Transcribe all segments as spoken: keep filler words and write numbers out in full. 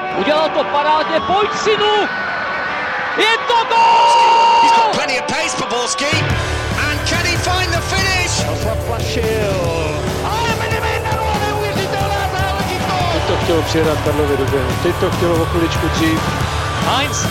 Udělal to parádně, pojď synu! Je to gól! He's got plenty of pace for Borski. And can he find the finish? Zaplašil. Ale Medemena, neuvěřitelná záležitost! Teď to chtělo přijedat Karlově do běhu, teď to chtělo o chviličku dřív. Heinz!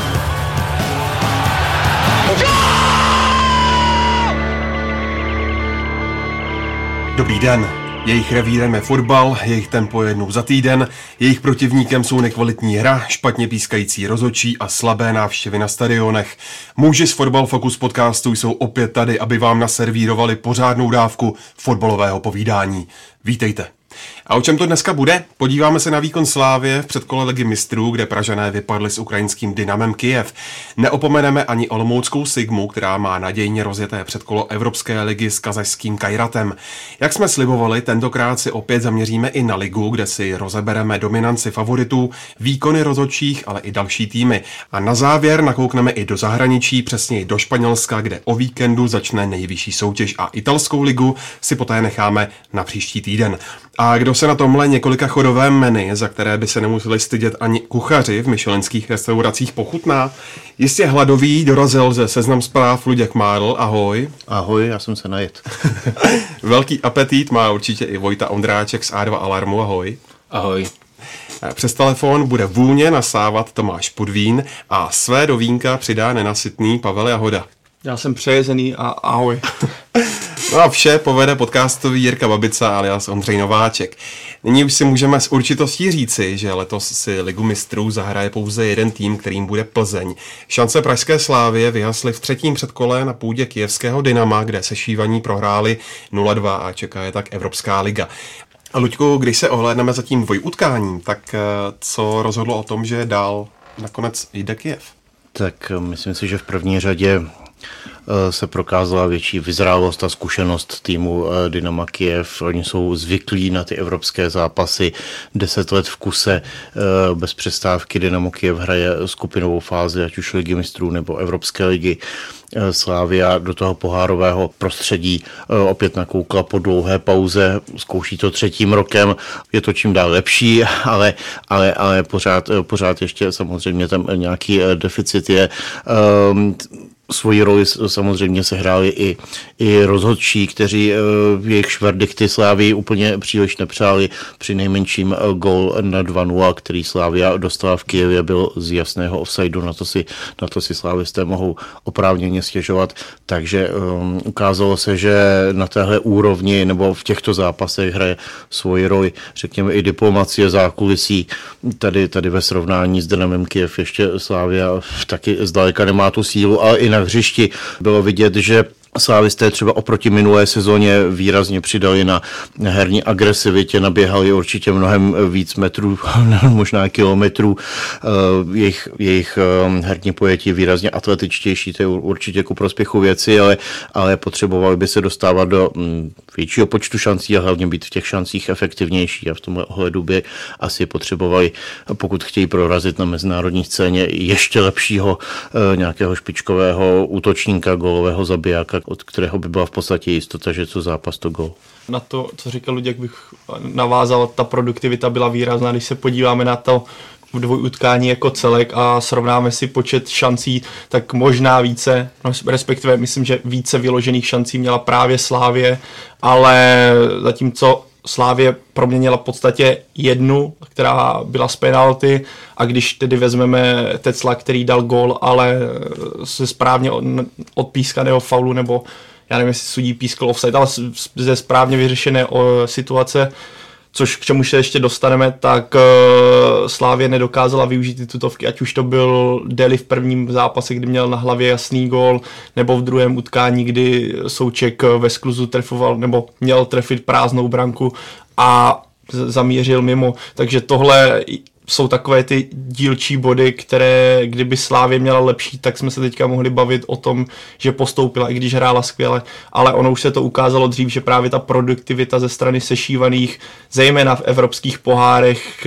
Dobrý den. Jejich revírem je fotbal, jejich tempo je jednou za týden, jejich protivníkem jsou nekvalitní hra, špatně pískající rozhodčí a slabé návštěvy na stadionech. Muži z Fotbal Focus podcastu jsou opět tady, aby vám naservírovali pořádnou dávku fotbalového povídání. Vítejte. A o čem to dneska bude? Podíváme se na výkon Slavie v předkole Ligy mistrů, kde Pražané vypadli s ukrajinským Dynamem Kyjev. Neopomeneme ani olomouckou Sigmu, která má nadějně rozjeté předkolo Evropské ligy s kazašským Kajratem. Jak jsme slibovali, tentokrát si opět zaměříme i na ligu, kde si rozebereme dominanci favoritů, výkony rozhodčích, ale i další týmy. A na závěr nakoukneme i do zahraničí, přesněji do Španělska, kde o víkendu začne nejvyšší soutěž a italskou ligu si poté necháme na příští týden. A kdo se na tomhle několika chodovém menu, za které by se nemuseli stydět ani kuchaři v michelinských restauracích, pochutná? Jistě hladový dorazil ze Seznam Zpráv Luděk Mádl, ahoj. Ahoj, já jsem se najet. Velký apetit má určitě i Vojta Ondráček z á dva Alarmu, ahoj. Ahoj. Přes telefon bude vůně nasávat Tomáš Pudvín a své do vínka přidá nenasytný Pavel Jahoda. Já jsem přejezený a ahoj. No a vše povede podcastový Jirka Babica alias Ondřej Nováček. Nyní už si můžeme s určitostí říci, že letos si Ligu mistrů zahraje pouze jeden tým, kterým bude Plzeň. Šance pražské Slávie vyhasly v třetím předkole na půdě kyjevského Dynama, kde sešívaní prohráli nula dva a čeká je tak Evropská liga. A Luďku, když se ohlédneme za tím dvojutkáním, tak co rozhodlo o tom, že dál nakonec jde Kyjev? Tak myslím si, že v první řadě se prokázala větší vyzrálost a zkušenost týmu Dynama Kyjev. Oni jsou zvyklí na ty evropské zápasy. Deset let v kuse bez přestávky Dynamo Kyjev hraje skupinovou fázi, ať už Ligy mistrů nebo Evropské ligy. Slavia do toho pohárového prostředí opět nakoukla po dlouhé pauze, zkouší to třetím rokem, je to čím dál lepší, ale, ale, ale pořád, pořád ještě samozřejmě tam nějaký deficit je. Um, Svoji roli samozřejmě se hráli i, i rozhodčí, kteří jejich verdikty Slávii úplně příliš nepřáli. Při nejmenším gól na dva nula, který Slavia dostala v Kyjevě, byl z jasného offsideu, na to si, na to si slávisté mohou oprávněně stěžovat. Takže um, ukázalo se, že na téhle úrovni nebo v těchto zápasech hraje svoji roli, řekněme, i diplomacie zákulisí. Tady, tady ve srovnání s Dynamem Kyjev ještě Slavia taky zdaleka nemá tu sílu, ale i na hřišti bylo vidět, že slávisté třeba oproti minulé sezóně výrazně přidali na herní agresivitě, naběhali určitě mnohem víc metrů, možná kilometrů. Jejich, jejich herní pojetí výrazně atletičtější, to je určitě ku prospěchu věci, ale, ale potřebovali by se dostávat do většího počtu šancí a hlavně být v těch šancích efektivnější a v tomhle ohledu by asi potřebovali, pokud chtějí prorazit na mezinárodní scéně, ještě lepšího nějakého špičkového útočníka, gólového zabijáka, od kterého by byla v podstatě jistota, že co zápas to gól. Na to, co říkal Luděk, bych navázal, ta produktivita byla výrazná, když se podíváme na to dvojutkání jako celek a srovnáme si počet šancí, tak možná více, no, respektive myslím, že více vyložených šancí měla právě Slavie, ale zatímco Slavie proměnila v podstatě jednu, která byla z penalty, a když tedy vezmeme Tecla, který dal gól, ale se správně odpískaného faulu, nebo já nevím, jestli sudí pískl offside, ale ze správně vyřešené situace, což k čemu se ještě dostaneme, tak uh, Slavie nedokázala využít ty tutovky, ať už to byl Deli v prvním zápase, kdy měl na hlavě jasný gól, nebo v druhém utkání, kdy Souček ve skluzu trefoval, nebo měl trefit prázdnou branku a zamířil mimo. Takže tohle jsou takové ty dílčí body, které kdyby Slavie měla lepší, tak jsme se teďka mohli bavit o tom, že postoupila, i když hrála skvěle, ale ono už se to ukázalo dřív, že právě ta produktivita ze strany sešívaných, zejména v evropských pohárech,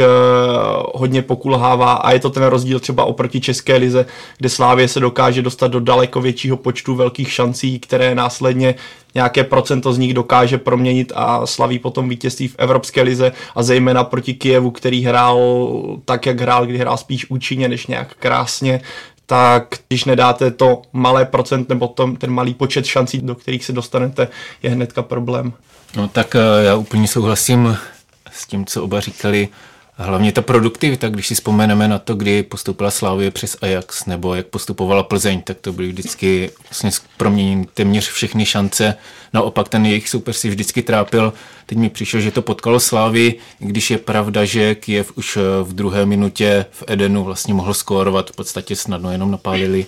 hodně pokulhává a je to ten rozdíl třeba oproti České lize, kde Slavie se dokáže dostat do daleko většího počtu velkých šancí, které následně nějaké procento z nich dokáže proměnit a slaví potom vítězství v Evropské lize a zejména proti Kyjevu, který hrál tak, jak hrál, kdy hrál spíš účinně než nějak krásně, tak když nedáte to malé procent nebo tom, ten malý počet šancí, do kterých se dostanete, je hnedka problém. No tak já úplně souhlasím s tím, co oba říkali. Hlavně ta produktivita, když si vzpomeneme na to, kdy postoupila Slavie přes Ajax nebo jak postupovala Plzeň, tak to byly vždycky vlastně proměněny téměř všechny šance. Naopak ten jejich soupeř si vždycky trápil. Teď mi přišlo, že to potkalo Slavii, když je pravda, že Kyjev už v druhé minutě v Edenu vlastně mohl skórovat, v podstatě snadno jenom napálili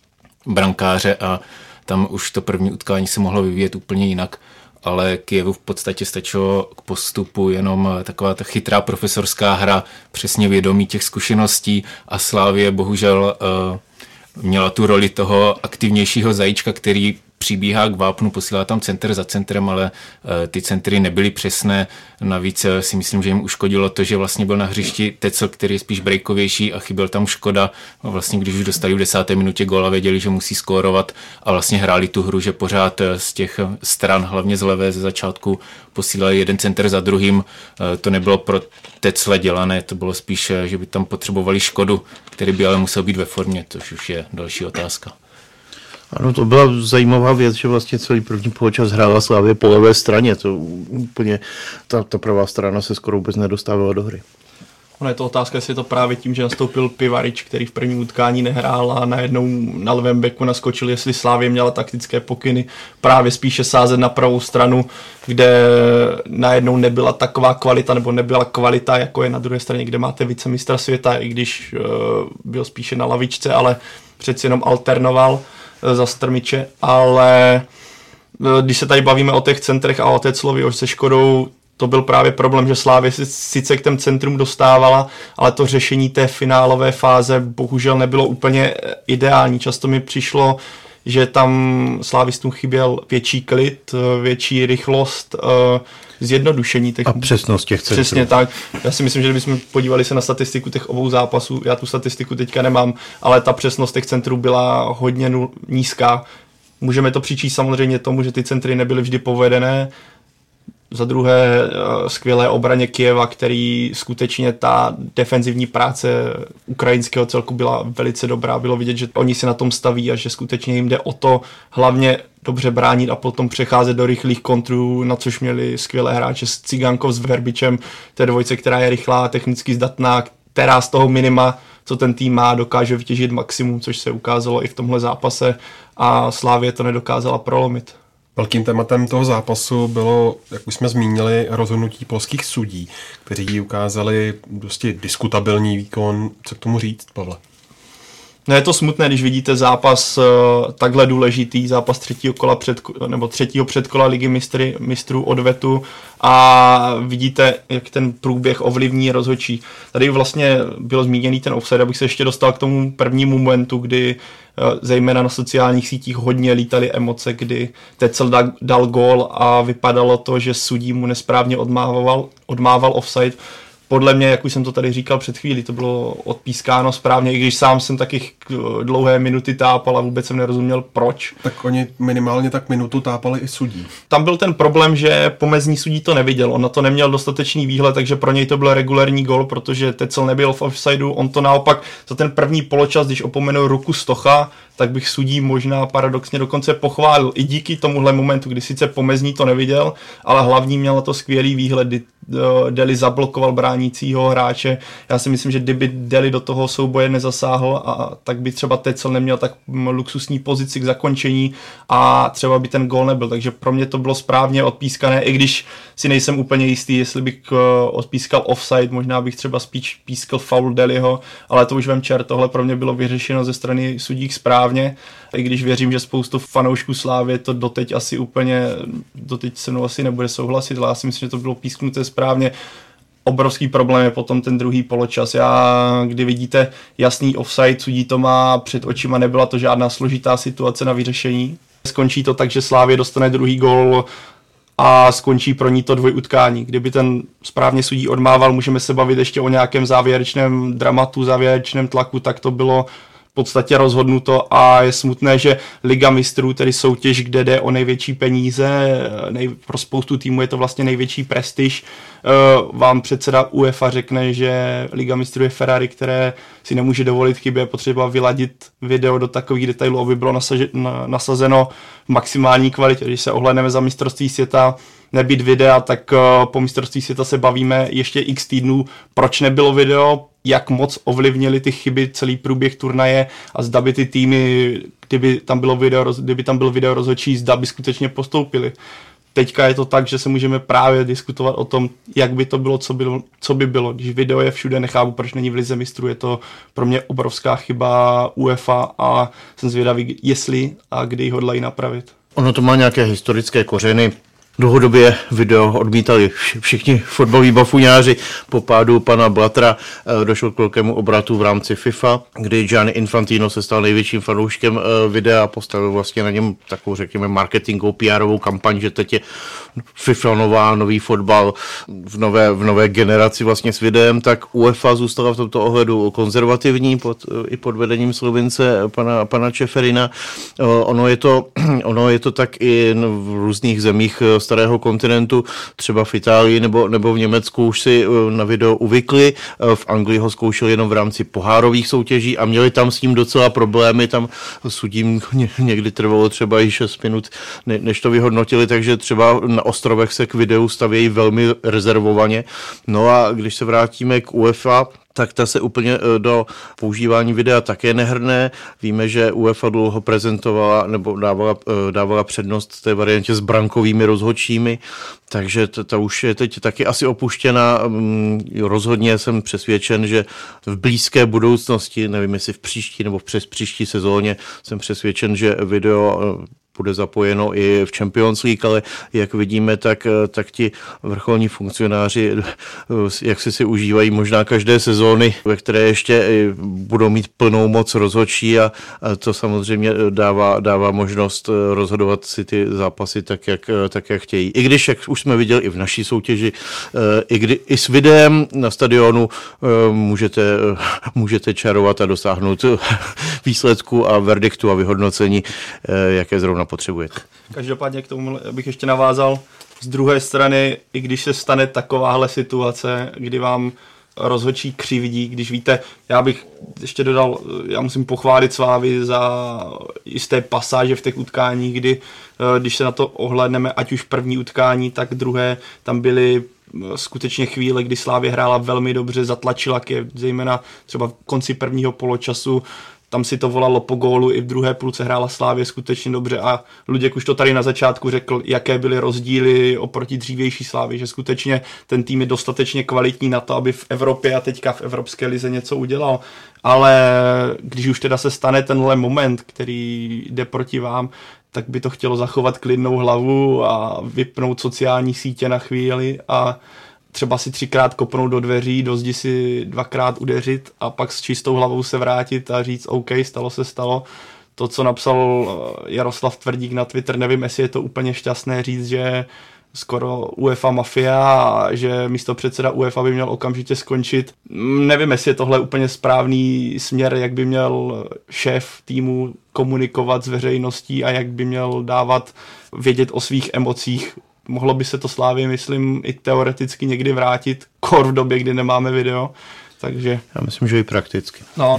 brankáře a tam už to první utkání se mohlo vyvíjet úplně jinak. Ale Kyjevu v podstatě stačilo k postupu jenom taková ta chytrá profesorská hra, přesně vědomí těch zkušeností a Slavie bohužel uh, měla tu roli toho aktivnějšího zajíčka, který přibíhá k vápnu, posílá tam center za centrem, ale uh, ty centry nebyly přesné. Navíc uh, si myslím, že jim uškodilo to, že vlastně byl na hřišti Tecl, který je spíš breakovější a chyběl tam Škoda. Vlastně když už dostali v desáté minutě gól a věděli, že musí skórovat a vlastně hráli tu hru, že pořád z těch stran, hlavně z levé ze začátku, posílali jeden center za druhým. Uh, to nebylo pro Tecla dělané, to bylo spíš, že by tam potřebovali Škodu, který by ale musel být ve formě, což už je další otázka. Ano, to byla zajímavá věc, že vlastně celý první poločas hrála Slavie po levé straně. To úplně, ta, ta pravá strana se skoro vůbec nedostávala do hry. Ono je to otázka, jestli je to právě tím, že nastoupil Pivarič, který v prvním utkání nehrál a najednou na levém beku naskočil, jestli Slavie měla taktické pokyny právě spíše sázet na pravou stranu, kde najednou nebyla taková kvalita, nebo nebyla kvalita, jako je na druhé straně, kde máte vicemistra světa, i když uh, byl spíše na lavičce, ale přeci jenom alternoval uh, za Strmiče, ale uh, když se tady bavíme o těch centrech a o Teclovi, už se Škodou, to byl právě problém, že Slavie si sice k těm centrum dostávala, ale to řešení té finálové fáze bohužel nebylo úplně ideální. Často mi přišlo, že tam Slavistům chyběl větší klid, větší rychlost, zjednodušení těch... A přesnost těch centrů. Přesně tak. Já si myslím, že kdybychom podívali se na statistiku těch obou zápasů, já tu statistiku teďka nemám, ale ta přesnost těch centrů byla hodně nízká. Můžeme to přičíst samozřejmě tomu, že ty centry nebyly vždy povedené. Za druhé skvělé obraně Kyjeva, který skutečně ta defenzivní práce ukrajinského celku byla velice dobrá. Bylo vidět, že oni si na tom staví a že skutečně jim jde o to hlavně dobře bránit a potom přecházet do rychlých kontrů, na což měli skvělé hráče s Cigankov s Verbičem, té dvojce, která je rychlá, technicky zdatná, která z toho minima, co ten tým má, dokáže vytěžit maximum, což se ukázalo i v tomhle zápase a Slavie to nedokázala prolomit. Velkým tématem toho zápasu bylo, jak už jsme zmínili, rozhodnutí polských sudí, kteří ukázali dosti diskutabilní výkon. Co k tomu říct, Pavle? No je to smutné, když vidíte zápas uh, takhle důležitý, zápas třetího kola před, nebo třetího předkola ligy mistry, mistrů odvetu a vidíte, jak ten průběh ovlivní rozhodčí. Tady vlastně byl zmíněný ten offside, abych se ještě dostal k tomu prvnímu momentu, kdy uh, zejména na sociálních sítích hodně lítaly emoce, kdy Tecl dal, dal gól a vypadalo to, že sudí mu nesprávně odmával, odmával offside. Podle mě, jak už jsem to tady říkal před chvílí, to bylo odpískáno správně, i když sám jsem taky dlouhé minuty tápal a vůbec jsem nerozuměl proč. Tak oni minimálně tak minutu tápali i sudí. Tam byl ten problém, že pomezní sudí to neviděl, on na to neměl dostatečný výhled, takže pro něj to byl regulérní gól, protože Tecl nebyl v offsideu, on to naopak za ten první poločas, když opomenul ruku Stocha, tak bych sudí možná paradoxně dokonce pochválil. I díky tomuhle momentu, kdy sice pomezní to neviděl, ale hlavní měl to skvělý výhled, kdy Deli zablokoval bránícího hráče. Já si myslím, že kdyby Deli do toho souboje nezasáhl, a tak by třeba Tecl neměl tak luxusní pozici k zakončení a třeba by ten gól nebyl. Takže pro mě to bylo správně odpískané, i když si nejsem úplně jistý, jestli bych odpískal offside, možná bych třeba spíš pískal foul Deliho, ale to už vem čert, tohle pro mě bylo vyřešeno ze strany sudích správně. I když věřím, že spoustu fanoušků Slávie to doteď asi úplně, doteď se mnou asi nebude souhlasit, ale já si myslím, že to bylo písknuté správně. Obrovský problém je potom ten druhý poločas. Já, kdy vidíte jasný offside, sudí to má před očima, nebyla to žádná složitá situace na vyřešení. Skončí to tak, že Slávie dostane druhý gól a skončí pro ní to dvojutkání. Kdyby ten správně sudí odmával, můžeme se bavit ještě o nějakém závěrečném dramatu, závěrečném tlaku, tak to bylo podstatě rozhodnuto a je smutné, že Liga mistrů, tedy soutěž, kde jde o největší peníze, nej, pro spoustu týmů je to vlastně největší prestiž, uh, vám předseda UEFA řekne, že Liga mistrů je Ferrari, které si nemůže dovolit chyby, je potřeba vyladit video do takových detailů, aby bylo nasaže, na, nasazeno v maximální kvalitě. Když se ohlédneme za mistrovství světa, nebýt videa, tak uh, po mistrovství světa se bavíme ještě x týdnů, proč nebylo video, jak moc ovlivnili ty chyby celý průběh turnaje a zda by ty týmy, kdyby tam bylo video, kdyby tam byl video rozhodčí, zda by skutečně postoupili. Teďka je to tak, že se můžeme právě diskutovat o tom, jak by to bylo, co, bylo, co by bylo. Když video je všude, nechápu, proč není v Lize mistrů, je to pro mě obrovská chyba UEFA a jsem zvědavý, jestli a kdy ji hodlají napravit. Ono to má nějaké historické kořeny. Dlouhodobě video odmítali všichni fotbaloví bafuňáři. Po pádu pana Blatra došlo k velkému obratu v rámci FIFA, kdy Gianni Infantino se stal největším fanouškem videa a postavil vlastně na něm takovou, řekněme, marketingovou P R-ovou kampaň, že teď je FIFA nová, nový fotbal v nové, v nové generaci vlastně s videem, tak UEFA zůstala v tomto ohledu konzervativní pod, i pod vedením Slovince pana, pana Čeferina. Ono je to, ono je to tak i v různých zemích starého kontinentu, třeba v Itálii nebo, nebo v Německu už si na video uvykli, v Anglii ho zkoušeli jenom v rámci pohárových soutěží a měli tam s ním docela problémy, tam sudím někdy trvalo třeba i šest minut, než to vyhodnotili, takže třeba na ostrovech se k videu stavějí velmi rezervovaně. No a když se vrátíme k UEFA, tak ta se úplně do používání videa také nehrne. Víme, že UEFA dlouho prezentovala nebo dávala, dávala přednost té variantě s brankovými rozhodčími, takže ta, ta už je teď taky asi opuštěna. Rozhodně jsem přesvědčen, že v blízké budoucnosti, nevím jestli v příští nebo v přes příští sezóně, jsem přesvědčen, že video bude zapojeno i v Champions League, ale jak vidíme, tak, tak ti vrcholní funkcionáři jak si si užívají možná každé sezóny, ve které ještě budou mít plnou moc rozhodčí a to samozřejmě dává, dává možnost rozhodovat si ty zápasy tak jak, tak, jak chtějí. I když, jak už jsme viděli i v naší soutěži, i, kdy, i s videem na stadionu můžete, můžete čarovat a dosáhnout výsledku a verdiktu a vyhodnocení, jaké zrovna potřebujete. Každopádně k tomu bych ještě navázal. Z druhé strany, i když se stane takováhle situace, kdy vám rozhodčí křivdí, když víte, já bych ještě dodal, já musím pochválit Slávy za jisté pasáže v těch utkáních, kdy když se na to ohlédneme, ať už první utkání, tak druhé, tam byly skutečně chvíle, kdy Slávě hrála velmi dobře, zatlačila Kyjev, zejména třeba v konci prvního poločasu. Tam si to volalo po gólu, i v druhé půlce hrála Slávě skutečně dobře a Luděk už to tady na začátku řekl, jaké byly rozdíly oproti dřívější Slávě, že skutečně ten tým je dostatečně kvalitní na to, aby v Evropě a teďka v Evropské lize něco udělal. Ale když už teda se stane tenhle moment, který jde proti vám, tak by to chtělo zachovat klidnou hlavu a vypnout sociální sítě na chvíli a třeba si třikrát kopnout do dveří, do zdi si dvakrát udeřit a pak s čistou hlavou se vrátit a říct OK, stalo se stalo. To, co napsal Jaroslav Tvrdík na Twitter, nevím, jestli je to úplně šťastné říct, že skoro UEFA mafia a že místopředseda UEFA by měl okamžitě skončit. Nevím, jestli je tohle úplně správný směr, jak by měl šéf týmu komunikovat s veřejností a jak by měl dávat vědět o svých emocích. Mohlo by se to Slávě, myslím, i teoreticky někdy vrátit, kor v době, kdy nemáme video, takže... Já myslím, že i prakticky. No.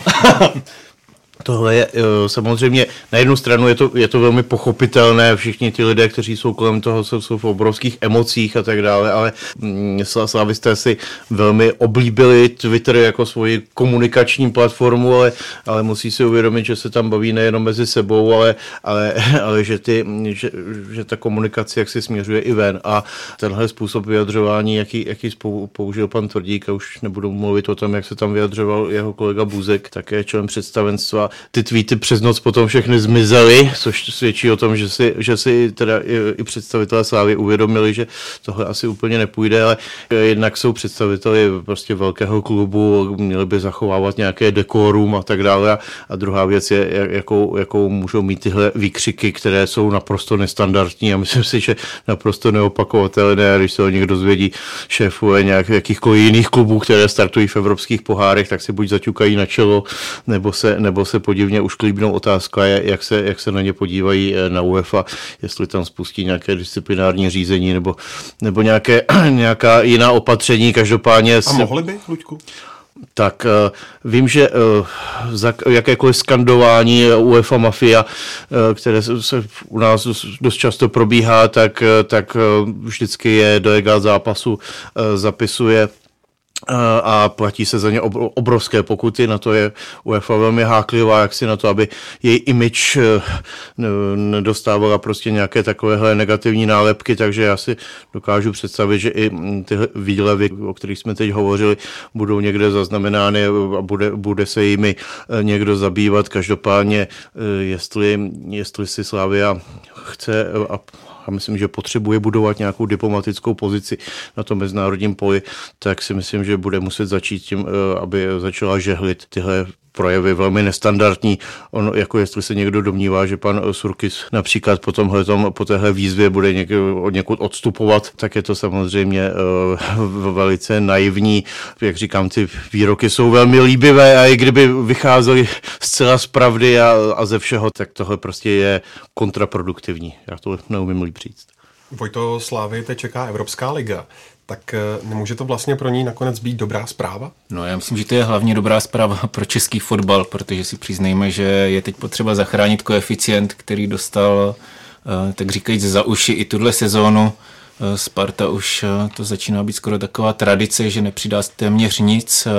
Tohle je samozřejmě, na jednu stranu je to, je to velmi pochopitelné, všichni ti lidé, kteří jsou kolem toho, jsou, jsou v obrovských emocích a tak dále, ale slávisté si velmi oblíbili Twitter jako svoji komunikační platformu, ale, ale musí si uvědomit, že se tam baví nejenom mezi sebou, ale, ale, ale že, ty, že, že ta komunikace jak si směřuje i ven a tenhle způsob vyjadřování, jaký, jaký použil pan Tvrdík, a už nebudu mluvit o tom, jak se tam vyjadřoval jeho kolega Buzek, také člen představenstva. Ty tweety přes noc potom všechny zmizely, což svědčí o tom, že si, že si teda i, i představitelé Slávy uvědomili, že tohle asi úplně nepůjde, ale jednak jsou představiteli prostě velkého klubu, měli by zachovávat nějaké dekorum a tak dále. A druhá věc je, jakou, jakou můžou mít tyhle výkřiky, které jsou naprosto nestandardní a myslím si, že naprosto neopakovatelné. Když se o nich dozvědí šéfové nějak jakýchkoliv jiných klubů, které startují v evropských pohárech, tak si buď zaťukají na čelo, nebo se, nebo se zase podivně ušklíbnou otázka je, jak se, jak se na ně podívají na UEFA, jestli tam spustí nějaké disciplinární řízení nebo, nebo nějaké, nějaká jiná opatření. Každopádně... A mohli by, Luďku? Tak uh, vím, že uh, za jakékoliv skandování UEFA Mafia, uh, které se, se u nás dost často probíhá, tak, tak uh, vždycky je delegát zápasu uh, zapisuje a platí se za ně obrovské pokuty, na to je UEFA velmi háklivá, jak si na to, aby její image nedostávala prostě nějaké takovéhle negativní nálepky, takže já si dokážu představit, že i tyhle výlevy, o kterých jsme teď hovořili, budou někde zaznamenány a bude, bude se jimi někdo zabývat. Každopádně, jestli, jestli si Slavia chce a a myslím, že potřebuje budovat nějakou diplomatickou pozici na tom mezinárodním poli, tak si myslím, že bude muset začít tím, aby začala žehlit tyhle projevy velmi nestandardní. On, jako jestli se někdo domnívá, že pan Surkis například po tomhletom, po téhle výzvě bude něk, od někud odstupovat, tak je to samozřejmě uh, velice naivní. Jak říkám, ty výroky jsou velmi líbivé a i kdyby vycházely zcela z pravdy a, a ze všeho, tak tohle prostě je kontraproduktivní. Já to neumím líp říct. Vojto, Slávy teď čeká Evropská liga. Tak nemůže to vlastně pro ní nakonec být dobrá zpráva? No já myslím, že to je hlavně dobrá zpráva pro český fotbal, protože si přiznejme, že je teď potřeba zachránit koeficient, který dostal, tak říkajíc, za uši i tuhle sezónu. Sparta už to začíná být skoro taková tradice, že nepřidá téměř nic.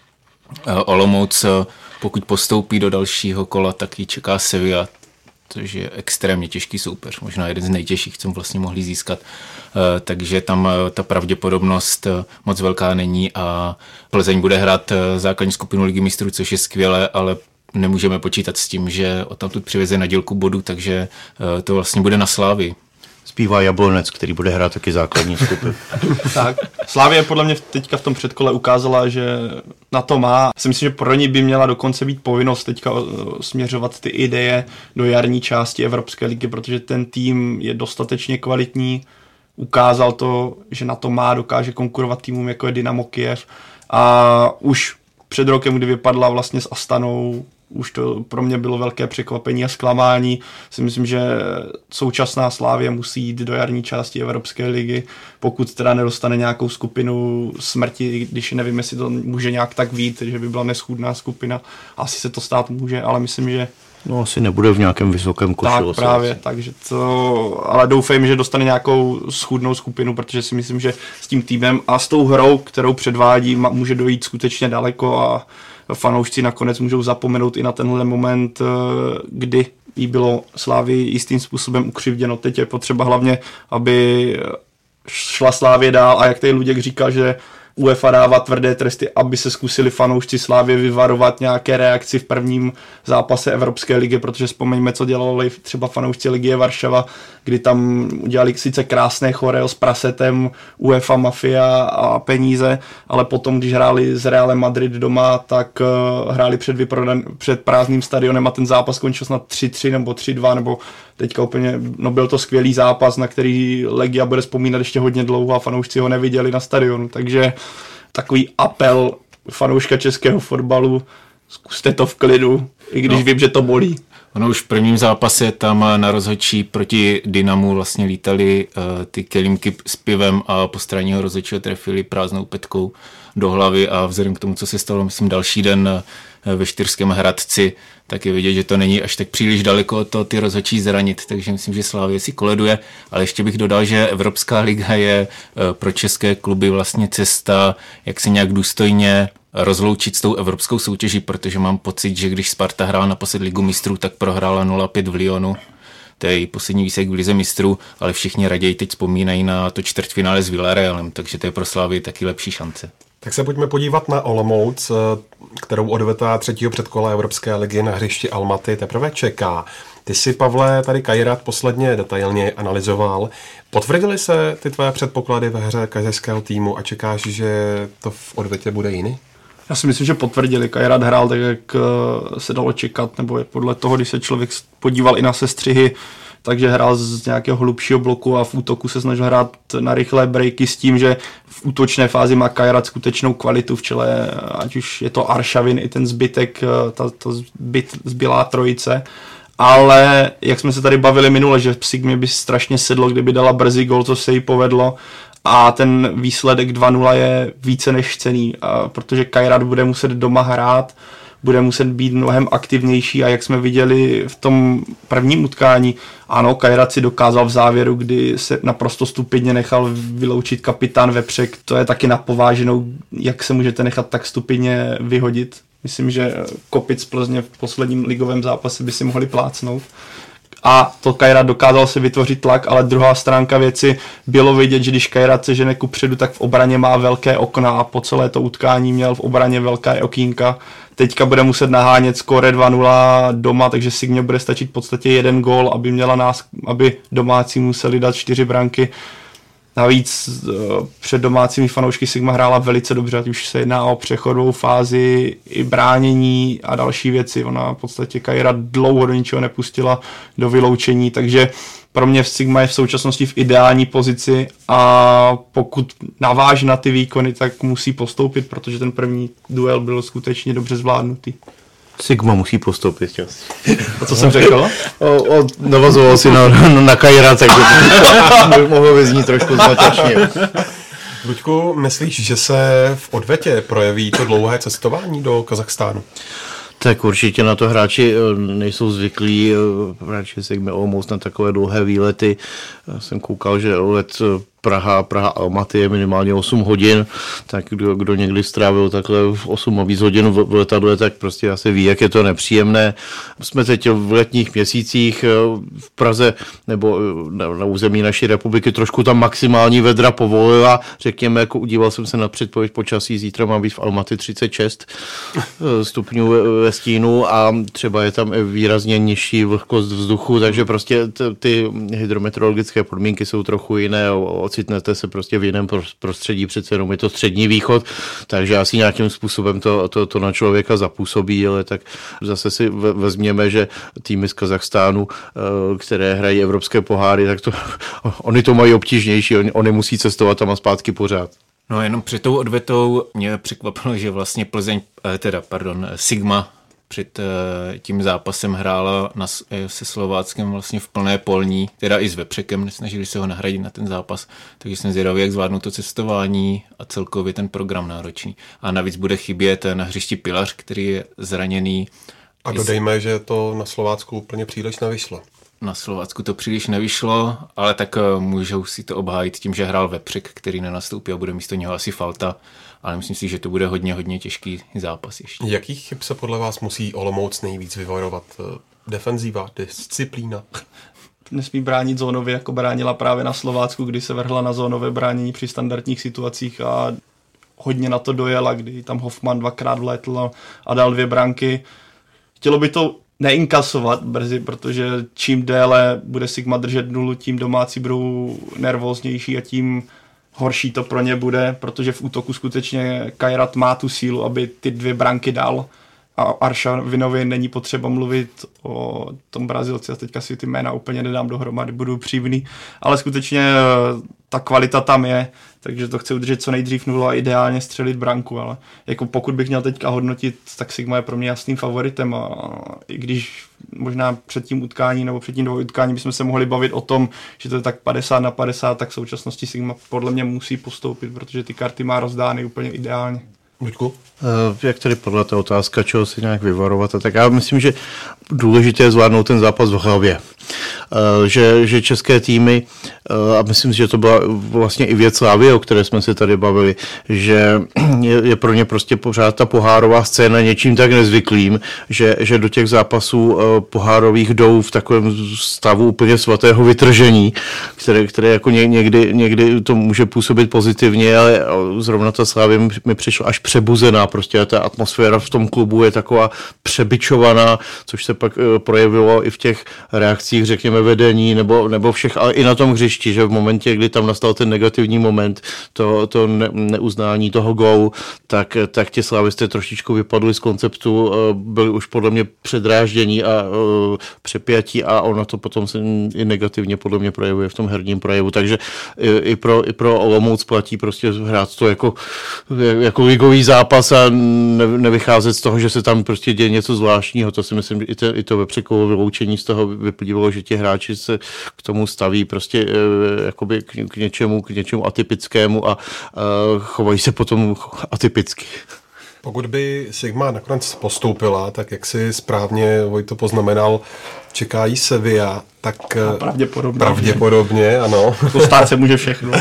Olomouc, pokud postoupí do dalšího kola, tak ji čeká Sevilla, což je extrémně těžký soupeř, možná jeden z nejtěžších, co vlastně mohli získat. Takže tam ta pravděpodobnost moc velká není a Plzeň bude hrát základní skupinu Ligy mistrů, což je skvělé, ale nemůžeme počítat s tím, že odtamtud přiveze na dílku bodů, takže to vlastně bude na Slávii. Zpívá Jablonec, který bude hrát taky základní skupinu. Tak, Slavia podle mě teďka v tom předkole ukázala, že na to má. Si myslím, že pro ní by měla dokonce být povinnost teďka směřovat ty ideje do jarní části Evropské ligy, protože ten tým je dostatečně kvalitní, ukázal to, že na to má, dokáže konkurovat týmům jako je Dynamo Kyjev a už před rokem, kdy vypadla vlastně s Astanou, už to pro mě bylo velké překvapení a zklamání. Si myslím, že současná Slavia musí jít do jarní části Evropské ligy, pokud teda nedostane nějakou skupinu smrti, když nevím, jestli to může nějak tak vít, že by byla neschůdná skupina. Asi se to stát může, ale myslím, že no asi nebude v nějakém vysokém koši. Tak právě, takže to, ale doufám, že dostane nějakou schůdnou skupinu, protože si myslím, že s tím týmem a s tou hrou, kterou předvádí, může dojít skutečně daleko a fanoušci nakonec můžou zapomenout i na tenhle moment, kdy jí bylo Slávii jistým způsobem ukřivděno. Teď je potřeba hlavně, aby šla Slávie dál a jak tady Luděk říká, že UEFA dává tvrdé tresty, aby se zkusili fanoušci Slávie vyvarovat nějaké reakci v prvním zápase Evropské ligy, protože vzpomeňme, co dělali třeba fanoušci Legie Varšava, kdy tam udělali sice krásné choreo s prasetem, UEFA Mafia a peníze, ale potom, když hráli s Realem Madrid doma, tak uh, hráli před, vyprodan- před prázdným stadionem a ten zápas končil snad tři tři nebo tři dva, nebo teďka úplně, no byl to skvělý zápas, na který Legia bude vzpomínat ještě hodně dlouho a fanoušci ho neviděli na stadionu, takže takový apel fanouška českého fotbalu, zkuste to v klidu, i když no. Vím, že to bolí. Ono už v prvním zápase tam na rozhodčí proti Dynamu vlastně lítali uh, ty kelímky s pivem a po straně ho rozhodčího trefili prázdnou petkou do hlavy a vzhledem k tomu, co se stalo, myslím, další den uh, ve Štyrském Hradci, tak je vidět, že to není až tak příliš daleko to ty rozhodčí zranit, takže myslím, že Slavie si koleduje, ale ještě bych dodal, že Evropská liga je uh, pro české kluby vlastně cesta, jak se nějak důstojně rozloučit s tou evropskou soutěží, protože mám pocit, že když Sparta hrála naposled Ligu mistrů, tak prohrála nula pět v Lyonu. To je její poslední výsledek v Lize mistrů, ale všichni raději teď vzpomínají na to čtvrtfinále s Villarealem, takže to je pro Slavii taky lepší šance. Tak se pojďme podívat na Olomouc, kterou odveta třetího předkola Evropské ligy na hřišti Almaty teprve čeká. Ty si, Pavle, tady Kajrat posledně detailně analyzoval. Potvrdily se ty tvoje předpoklady ve hře kazašského týmu a čekáš, že to v odvetě bude jiný? Já si myslím, že potvrdili. Kajrat hrál tak, jak se dalo čekat, nebo je podle toho, když se člověk podíval i na sestřihy, takže hrál z nějakého hlubšího bloku a v útoku se snažil hrát na rychlé breaky s tím, že v útočné fázi má Kajrat skutečnou kvalitu v čele, ať už je to Aršavin i ten zbytek, ta, ta zbyt, zbylá trojice. Ale jak jsme se tady bavili minule, že Sigmě by strašně sedlo, kdyby dala brzy gol, co se jí povedlo, a ten výsledek dva nula je více než cenný, protože Kajrat bude muset doma hrát, bude muset být mnohem aktivnější a jak jsme viděli v tom prvním utkání, ano, Kajrat si dokázal v závěru, kdy se naprosto stupidně nechal vyloučit kapitán Vepřek, to je taky na pováženou, jak se můžete nechat tak stupidně vyhodit. Myslím, že Kopic Plzně v posledním ligovém zápase by si mohli plácnout. A to Kajrat dokázal si vytvořit tlak, ale druhá stránka věci bylo vidět, že když Kajrat se žene kupředu, tak v obraně má velké okna a po celé to utkání měl v obraně velké okýnka. Teďka bude muset nahánět skóre dva nula doma, takže Sigmě bude stačit v podstatě jeden gól, aby měla nás, aby domácí museli dát čtyři branky. Navíc před domácími fanoušky Sigma hrála velice dobře, ať už se jedná o přechodovou fázi, i bránění a další věci. Ona v podstatě Kajrat dlouho do ničeho nepustila do vyloučení, takže pro mě Sigma je v současnosti v ideální pozici a pokud naváže na ty výkony, tak musí postoupit, protože ten první duel byl skutečně dobře zvládnutý. Sigma musí postoupit čas. A co jsem řekl? O, o, navazoval si na, na, na Kajra, takže to mohlo vyznít trošku zmatečně. Luďku, myslíš, že se v odvetě projeví to dlouhé cestování do Kazachstánu? Tak určitě na to hráči nejsou zvyklí, hráči Sigmy Olomouc na takové dlouhé výlety. Já jsem koukal, že let Praha, Praha Almaty je minimálně osm hodin, tak kdo, kdo někdy strávil takhle osm a víc hodin v letadle, tak prostě asi ví, jak je to nepříjemné. Jsme teď v letních měsících v Praze nebo na, na území naší republiky, trošku tam maximální vedra povolila, řekněme, jako udíval jsem se na předpověď počasí, zítra má být v Almaty třicet šest stupňů ve stínu a třeba je tam výrazně nižší vlhkost vzduchu, takže prostě t- ty hydrometeorologické podmínky jsou trochu jiné, ocitnete se prostě v jiném prostředí, přece jenom je to střední východ, takže asi nějakým způsobem to, to, to na člověka zapůsobí, ale tak zase si vezměme, že týmy z Kazachstánu, které hrají evropské poháry, tak to, oni to mají obtížnější, oni, oni musí cestovat tam a zpátky pořád. No jenom před tou odvetou mě překvapilo, že vlastně Plzeň, teda pardon, Sigma před tím zápasem hrála na, se Slováckem vlastně v plné polní, teda i s Vepřekem, nesnažili se ho nahradit na ten zápas, takže jsem zvědavý, jak zvládnou to cestování a celkově ten program náročný. A navíc bude chybět na hřišti Pilař, který je zraněný. A dodejme, že to na Slovácku úplně příliš nevyšlo. Na Slovácku to příliš nevyšlo, ale tak můžou si to obhájit tím, že hrál Vepřek, který nenastoupí a bude místo něho asi Falta, ale myslím si, že to bude hodně, hodně těžký zápas ještě. Jakých chyb se podle vás musí Olomouc nejvíc vyvarovat? Defenzíva, disciplína? Nesmí bránit zónově, jako bránila právě na Slovácku, kdy se vrhla na zónové bránění při standardních situacích a hodně na to dojela, kdy tam Hoffman dvakrát vlétl a dal dvě branky. Chtělo by to neinkasovat brzy, protože čím déle bude Sigma držet nulu, tím domácí budou nervóznější a tím horší to pro ně bude, protože v útoku skutečně Kajrat má tu sílu, aby ty dvě branky dal a Aršavinovi není potřeba mluvit o tom Brazilci a teďka si ty jména úplně nedám dohromady, budu přívný, ale skutečně ta kvalita tam je, takže to chce udržet co nejdřív nulu a ideálně střelit branku, ale jako pokud bych měl teďka hodnotit, tak Sigma je pro mě jasným favoritem a i když možná před tím utkání nebo před tím dvou utkání bychom se mohli bavit o tom, že to je tak padesát na padesát, tak v současnosti Sigma podle mě musí postoupit, protože ty karty má rozdány úplně ideálně. Luďku? Jak tedy podle té otázka, čeho si nějak vyvarovat, tak já myslím, že důležité je zvládnout ten zápas v hlavě. Že, že české týmy, a myslím si, že to byla vlastně i věc Slávy, o které jsme se tady bavili, že je, je pro ně prostě pořád ta pohárová scéna něčím tak nezvyklým, že, že do těch zápasů pohárových jdou v takovém stavu úplně svatého vytržení, které, které jako někdy, někdy to může působit pozitivně, ale zrovna ta Slávy mi přišla až přebuzená, prostě ta atmosféra v tom klubu je taková přebičovaná, což se pak projevilo i v těch reakcích pozicích, řekněme, vedení nebo, nebo všech, ale i na tom hřišti, že v momentě, kdy tam nastal ten negativní moment, to, to ne, neuznání toho gólu, tak, tak ti slávisté trošičku vypadli z konceptu, byli už podle mě předráždění a uh, přepjatí a ono to potom se i negativně podle mě projevuje v tom herním projevu, takže i, i pro, i pro Olomouc platí prostě hrát to jako, jako ligový zápas a ne, nevycházet z toho, že se tam prostě děje něco zvláštního, to si myslím, že i to, i to Vepřekovo vyloučení z toho vyplývalo, že ti hráči se k tomu staví prostě e, jakoby k, k, něčemu, k něčemu atypickému a, a chovají se potom atypicky. Pokud by Sigma nakonec postoupila, tak jak si správně Vojto poznamenal, čeká jí Sevilla, tak no, pravděpodobně. pravděpodobně, ano. To stát se může všechno.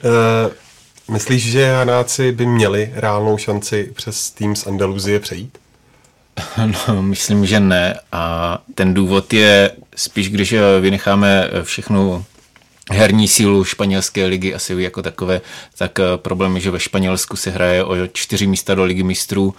Myslíš, že Hanáci by měli reálnou šanci přes tým z Andaluzie přejít? No, myslím, že ne. A ten důvod je spíš, když vynecháme všechnu herní sílu španělské ligy a Sevilly jako takové, tak problém je, že ve Španělsku se hraje o čtyři místa do ligy mistrů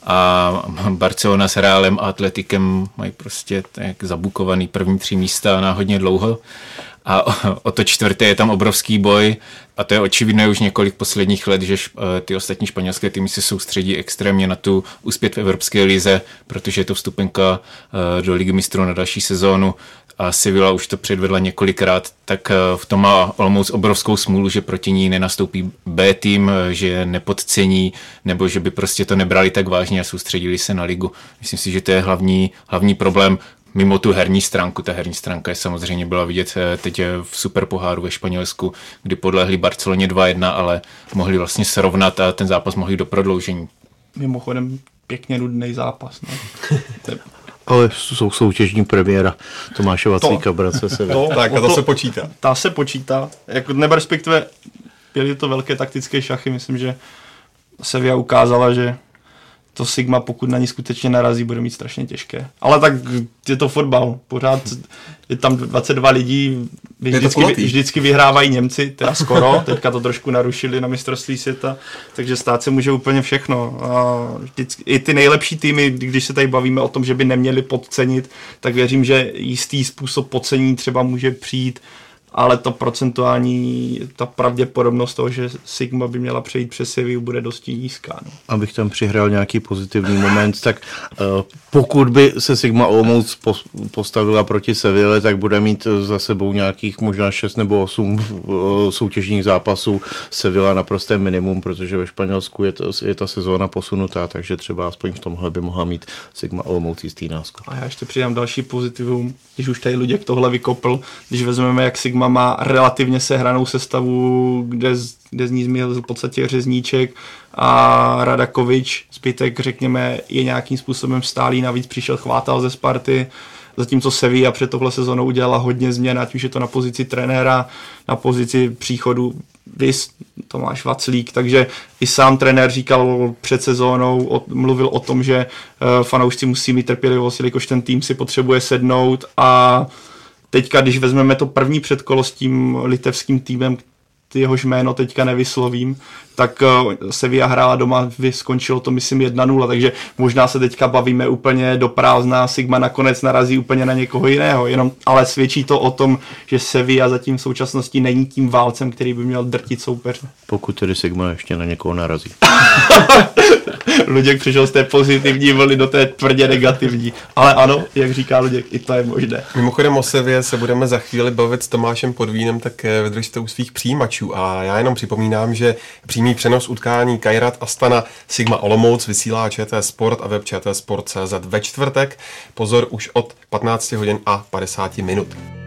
a Barcelona s Realem a Atletikem mají prostě tak zabukovaný první tři místa na hodně dlouho. A o to čtvrté je tam obrovský boj a to je očividné už několik posledních let, že ty ostatní španělské týmy se soustředí extrémně na tu úspěch v Evropské lize, protože je to vstupenka do ligy mistrů na další sezónu a Sevilla už to předvedla několikrát, tak v tom má Olomouc obrovskou smůlu, že proti ní nenastoupí B tým, že je nepodcení, nebo že by prostě to nebrali tak vážně a soustředili se na ligu. Myslím si, že to je hlavní, hlavní problém. Mimo tu herní stránku, ta herní stránka je samozřejmě byla vidět teď v superpoháru ve Španělsku, kdy podlehli Barceloně dva jedna, ale mohli vlastně srovnat a ten zápas mohli do prodloužení. Mimochodem pěkně nudný zápas. No. Ale jsou soutěžní premiéra Tomáše Vaclíka, bratře se. To, tak a to, to se počítá. Ta se počítá. Jako, nebo respektive byly to velké taktické šachy. Myslím, že Sevilla ukázala, že to Sigma, pokud na ní skutečně narazí, bude mít strašně těžké. Ale tak je to fotbal. Pořád je tam dvacet dva lidí, vždycky, vždycky vyhrávají Němci, teda skoro, teďka to trošku narušili na mistrovství světa, takže stát se může úplně všechno. A vždycky, i ty nejlepší týmy, když se tady bavíme o tom, že by neměli podcenit, tak věřím, že jistý způsob podcení třeba může přijít, ale to procentuální, ta pravděpodobnost toho, že Sigma by měla přejít přes Sevillu, bude dosti nízká. No. Abych tam přihrál nějaký pozitivní moment, tak uh, pokud by se Sigma Olomouc postavila proti Seville, tak bude mít za sebou nějakých možná šest nebo osm uh, soutěžních zápasů. Sevilla naprosté minimum, protože ve Španělsku je, to, je ta sezóna posunutá, takže třeba aspoň v tomhle by mohla mít Sigma Olomouc jistý náskok. A já ještě přidám další pozitivum, když už tady Luděk tohle vykopl, když vezmeme, jak Sigma má relativně sehranou sestavu, kde, kde z ní zmizel v podstatě Řezníček a Radakovič, zbytek, řekněme, je nějakým způsobem stálý, navíc přišel Chvátal ze Sparty, zatímco Sevilla před tohle sezónou udělala hodně změn, ať už je to na pozici trenéra, na pozici příchodu Vys, Tomáš Vaclík, takže i sám trenér říkal před sezónou, o, mluvil o tom, že uh, fanoušci musí mít trpělivost, jelikož ten tým si potřebuje sednout a teďka, když vezmeme to první předkolo s tím litevským týmem, jehož jméno teďka nevyslovím, tak Sevilla hrála doma, skončilo to myslím jedna nula, takže možná se teďka bavíme úplně do prázdna, Sigma nakonec narazí úplně na někoho jiného, jenom, ale svědčí to o tom, že Sevilla zatím v současnosti není tím válcem, který by měl drtit soupeře. Pokud tedy Sigma ještě na někoho narazí. Luděk přišel z té pozitivní vlny do té tvrdě negativní, ale ano, jak říká Luděk, i to je možné. Mimochodem o Sevě se budeme za chvíli bavit s Tomášem Podvínem, tak vydržte u svých přijímačů a já jenom připomínám, že přímý přenos utkání Kairat Astana Sigma Olomouc vysílá ČT Sport a web čtsport tečka cz ve čtvrtek, pozor už od patnáct hodin a padesát minut.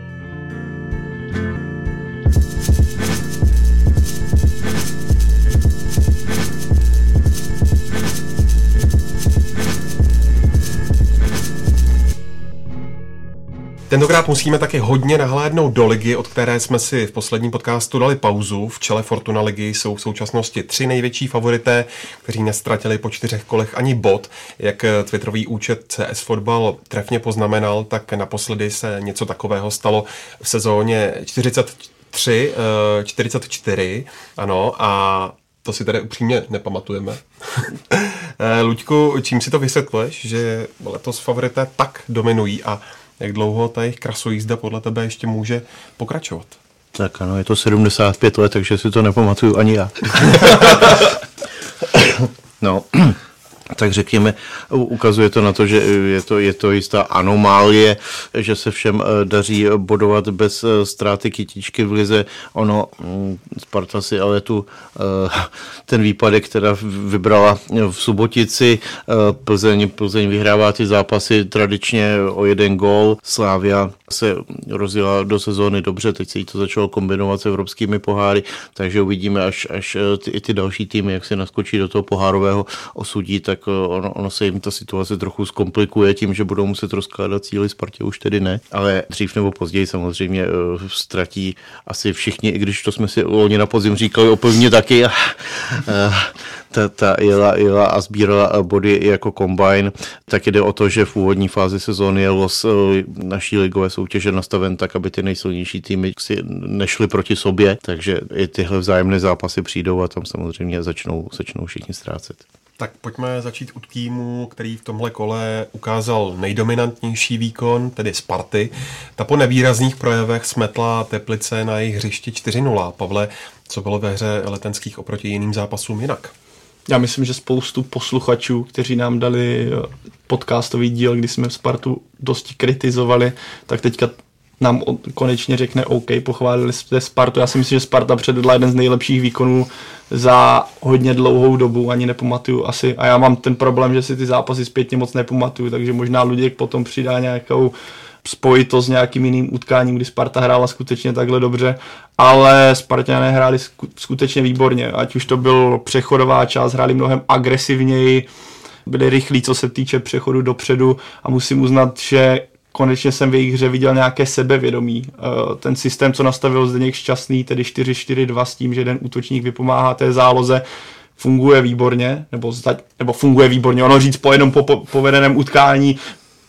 Tentokrát musíme taky hodně nahlédnout do ligy, od které jsme si v posledním podcastu dali pauzu. V čele Fortuna ligy jsou v současnosti tři největší favorité, kteří nestratili po čtyřech kolech ani bod. Jak twitterový účet C S Fotbal trefně poznamenal, tak naposledy se něco takového stalo v sezóně čtyřicet tři čtyřicet čtyři. Ano, a to si tady upřímně nepamatujeme. Luďku, čím si to vysvětluješ, že letos favorité tak dominují a jak dlouho ta jejich krasojízda podle tebe ještě může pokračovat? Tak ano, je to sedmdesát pět let, takže si to nepamatuju ani já. No, tak řekněme, ukazuje to na to, že je to, je to jistá anomálie, že se všem daří bodovat bez ztráty kytičky v lize. Ono, Sparta si ale tu ten výpadek teda vybrala v Subotici. Plzeň, Plzeň vyhrává ty zápasy tradičně o jeden gól. Slavia se rozjela do sezóny dobře, teď se jí to začalo kombinovat s evropskými poháry, takže uvidíme, až, až ty, i ty další týmy, jak se naskočí do toho pohárového osudí, tak ono, ono se jim ta situace trochu zkomplikuje tím, že budou muset rozkládat cíly, Spartě už tedy ne, ale dřív nebo později samozřejmě uh, ztratí asi všichni, i když to jsme si loni na podzim říkali o pevně taky, uh, ta, ta jela, jela a sbírala body jako kombajn, tak jde o to, že v úvodní fázi sezóny je los uh, naší ligové soutěže nastaven tak, aby ty nejsilnější týmy si nešly proti sobě, takže i tyhle vzájemné zápasy přijdou a tam samozřejmě začnou, začnou všichni ztrácet. Tak pojďme začít u týmu, který v tomhle kole ukázal nejdominantnější výkon, tedy Sparty. Ta po nevýrazných projevech smetla Teplice na jejich hřišti čtyři nula. Pavle, co bylo ve hře letenských oproti jiným zápasům jinak? Já myslím, že spoustu posluchačů, kteří nám dali podcastový díl, kdy jsme Spartu dosti kritizovali, tak teďka nám konečně řekne OK, pochválili jste Spartu. Já si myslím, že Sparta předvedla jeden z nejlepších výkonů za hodně dlouhou dobu, ani nepamatuju asi. A já mám ten problém, že si ty zápasy zpětně moc nepamatuju, takže možná Luděk potom přidá nějakou spojitost s nějakým jiným utkáním, kdy Sparta hrála skutečně takhle dobře, ale Spartané hráli skutečně výborně, ať už to byl přechodová část, hráli mnohem agresivněji, byli rychlí, co se týče přechodu dopředu a musím uznat, že konečně jsem v jejich hře viděl nějaké sebevědomí. Ten systém, co nastavil Zdeněk Šťastný, tedy čtyři čtyři dva s tím, že jeden útočník vypomáhá té záloze, funguje výborně, nebo, zda, nebo funguje výborně, ono říct po jednom po, po, povedeném utkání,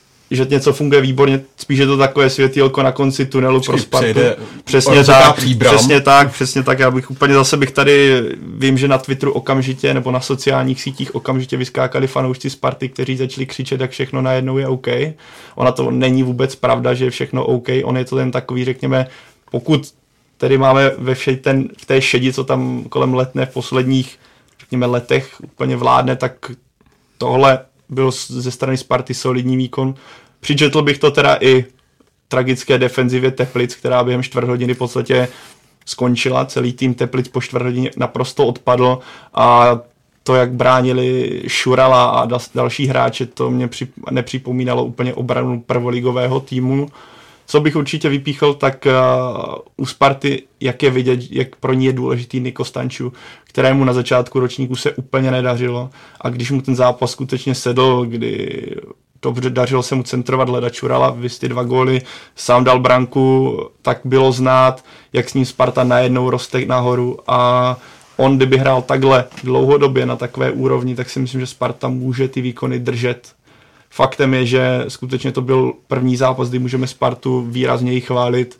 že něco funguje výborně, spíš je to takové světýlko na konci tunelu pro Spartu. Přesně tak, přesně tak, přesně tak, já bych úplně zase bych tady, vím, že na Twitteru okamžitě, nebo na sociálních sítích okamžitě vyskákali fanoušci Sparty, kteří začali křičet, jak všechno najednou je OK. Ona to není vůbec pravda, že je všechno OK, on je to ten takový, řekněme, pokud tedy máme ve všej ten, v té šedi, co tam kolem letne v posledních, řekněme, letech úplně vládne, tak tohle byl ze strany Sparty solidní výkon. Přičetl bych to teda i tragické defenzivě Teplic, která během čtvrt hodiny v podstatě skončila. Celý tým Teplic po čtvrt hodině naprosto odpadl a to, jak bránili Šurala a další hráče, to mě nepřipomínalo úplně obranu prvoligového týmu. Co bych určitě vypíchl, tak uh, u Sparty, jak je vidět, jak pro ní je důležitý Niko Stanču, kterému na začátku ročníku se úplně nedařilo a když mu ten zápas skutečně sedl, kdy dobře dařilo se mu centrovat Leda Čurala, vys ty dva góly, sám dal branku, tak bylo znát, jak s ním Sparta najednou roste nahoru a on, kdyby hrál takhle dlouhodobě na takové úrovni, tak si myslím, že Sparta může ty výkony držet. Faktem je, že skutečně to byl první zápas, kdy můžeme Spartu výrazněji chválit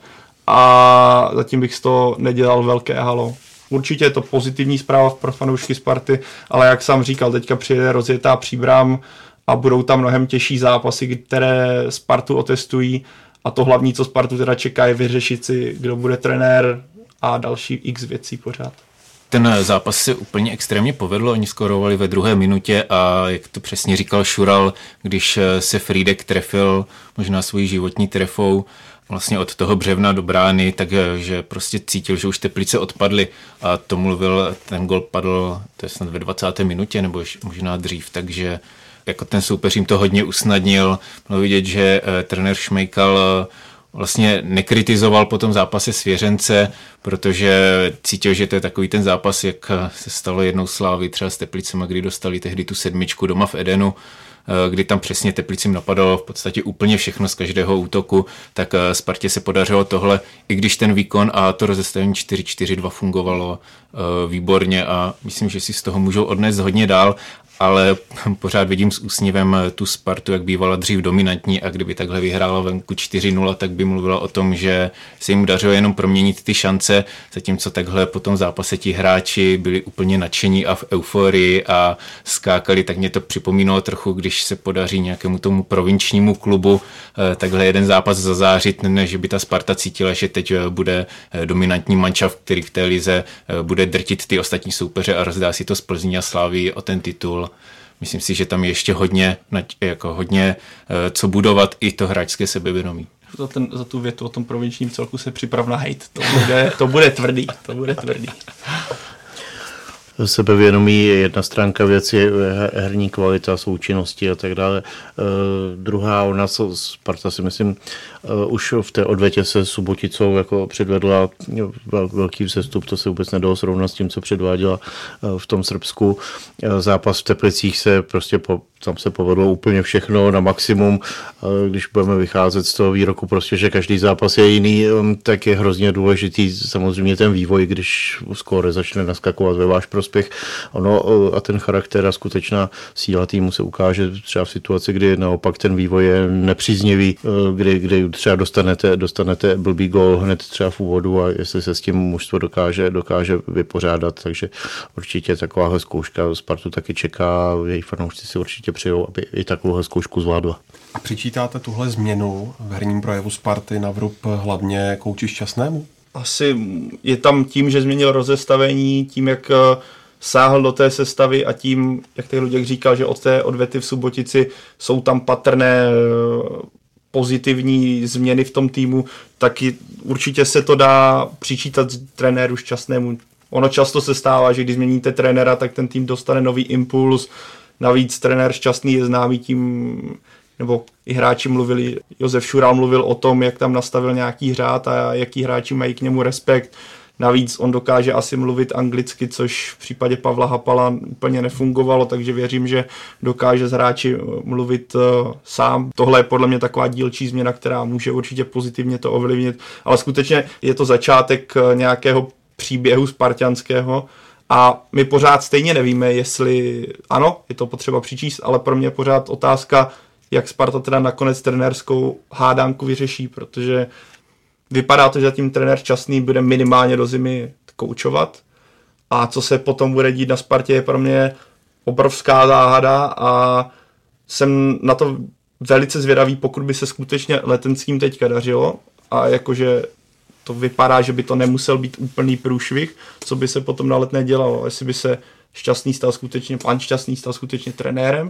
a zatím bych z toho nedělal velké halo. Určitě je to pozitivní zpráva pro fanoušky Sparty, ale jak jsem říkal, teďka přijede rozjetá Příbram a budou tam mnohem těžší zápasy, které Spartu otestují a to hlavní, co Spartu teda čeká, je vyřešit si, kdo bude trenér a další x věcí pořád. Ten zápas se úplně extrémně povedl, oni skorovali ve druhé minutě a jak to přesně říkal Šural, když se Frýdek trefil možná svojí životní trefou vlastně od toho břevna do brány, takže prostě cítil, že už Teplice odpadly a to mluvil, ten gol padl, to je snad ve dvacáté minutě nebo možná dřív, takže jako ten soupeř jim to hodně usnadnil. Bylo vidět, že eh, trenér Šmejkal eh, vlastně nekritizoval po tom zápase Svěřence, protože cítil, že to je takový ten zápas, jak se stalo jednou Slávy třeba s Teplicema, kdy dostali tehdy tu sedmičku doma v Edenu, kdy tam přesně Teplicím napadalo v podstatě úplně všechno z každého útoku, tak Spartě se podařilo tohle, i když ten výkon a to rozestavení čtyři čtyři dva fungovalo výborně a myslím, že si z toho můžou odnést hodně dál. ale pořád vidím s úsměvem tu Spartu, jak bývala dřív dominantní a kdyby takhle vyhrála venku čtyři nula, tak by mluvila o tom, že se jim dařilo jenom proměnit ty šance, zatímco takhle po tom zápase ti hráči byli úplně nadšení a v euforii a skákali, tak mě to připomínalo trochu, když se podaří nějakému tomu provinčnímu klubu takhle jeden zápas zazářit, ne, že by ta Sparta cítila, že teď bude dominantní manšaft, který v té lize bude drtit ty ostatní soupeře a rozdá si to z Plzní a Slávy o ten titul. Myslím si, že tam je ještě hodně, jako hodně co budovat i to hráčské sebevědomí. Za, ten, za tu větu o tom provinčním celku se připrav na hejt. To bude, to bude tvrdý. To bude tvrdý. Sebevědomí je jedna stránka věci, herní kvalita, součinnosti a tak dále. Uh, druhá, ona Sparta si myslím, uh, už v té odvetě se Suboticou jako předvedla vel, velký vzestup, to se vůbec nedalo srovnat s tím, co předváděla uh, v tom Srbsku. Uh, zápas v Teplicích se prostě po, tam se povedlo úplně všechno na maximum. Uh, když budeme vycházet z toho výroku prostě, že každý zápas je jiný, um, tak je hrozně důležitý samozřejmě ten vývoj, když skóre začne naskakovat ve váš prospěch. Ono a ten charakter a skutečná síla týmu se ukáže třeba v situaci, kdy naopak ten vývoj je nepříznivý, kdy, kdy třeba dostanete, dostanete blbý gól hned třeba v úvodu a jestli se s tím mužstvo dokáže, dokáže vypořádat, takže určitě takováhle zkouška Spartu taky čeká, její fanoušci si určitě přejou, aby i takovouhle zkoušku zvládla. A přičítáte tuhle změnu v herním projevu Sparty na vrub hlavně kouči Šťastnému? Asi je tam tím, že změnil rozestavení, tím, jak sáhl do té sestavy a tím, jak ten Luděk říkal, že od té odvety v Subotici jsou tam patrné pozitivní změny v tom týmu, taky určitě se to dá přičítat trenéru Šťastnému. Ono často se stává, že když změníte trenéra, tak ten tým dostane nový impuls. Navíc trenér Šťastný je známý tím, nebo i hráči mluvili, Josef Šural mluvil o tom, jak tam nastavil nějaký řád a jaký hráči mají k němu respekt. Navíc on dokáže asi mluvit anglicky, což v případě Pavla Hapala úplně nefungovalo, takže věřím, že dokáže s hráči mluvit uh, sám. Tohle je podle mě taková dílčí změna, která může určitě pozitivně to ovlivnit, ale skutečně je to začátek nějakého příběhu spartanského a my pořád stejně nevíme, jestli ano, je to potřeba přičíst, ale pro mě je pořád otázka, jak Sparta teda nakonec trenérskou hádánku vyřeší, protože vypadá to, že zatím trenér Šťastný bude minimálně do zimy koučovat a co se potom bude dít na Spartě je pro mě obrovská záhada a jsem na to velice zvědavý, pokud by se skutečně Letenským teďka dařilo a jakože to vypadá, že by to nemusel být úplný průšvih, co by se potom na Letné dělalo, jestli by se Šťastný stal skutečně, pan Šťastný stal skutečně trenérem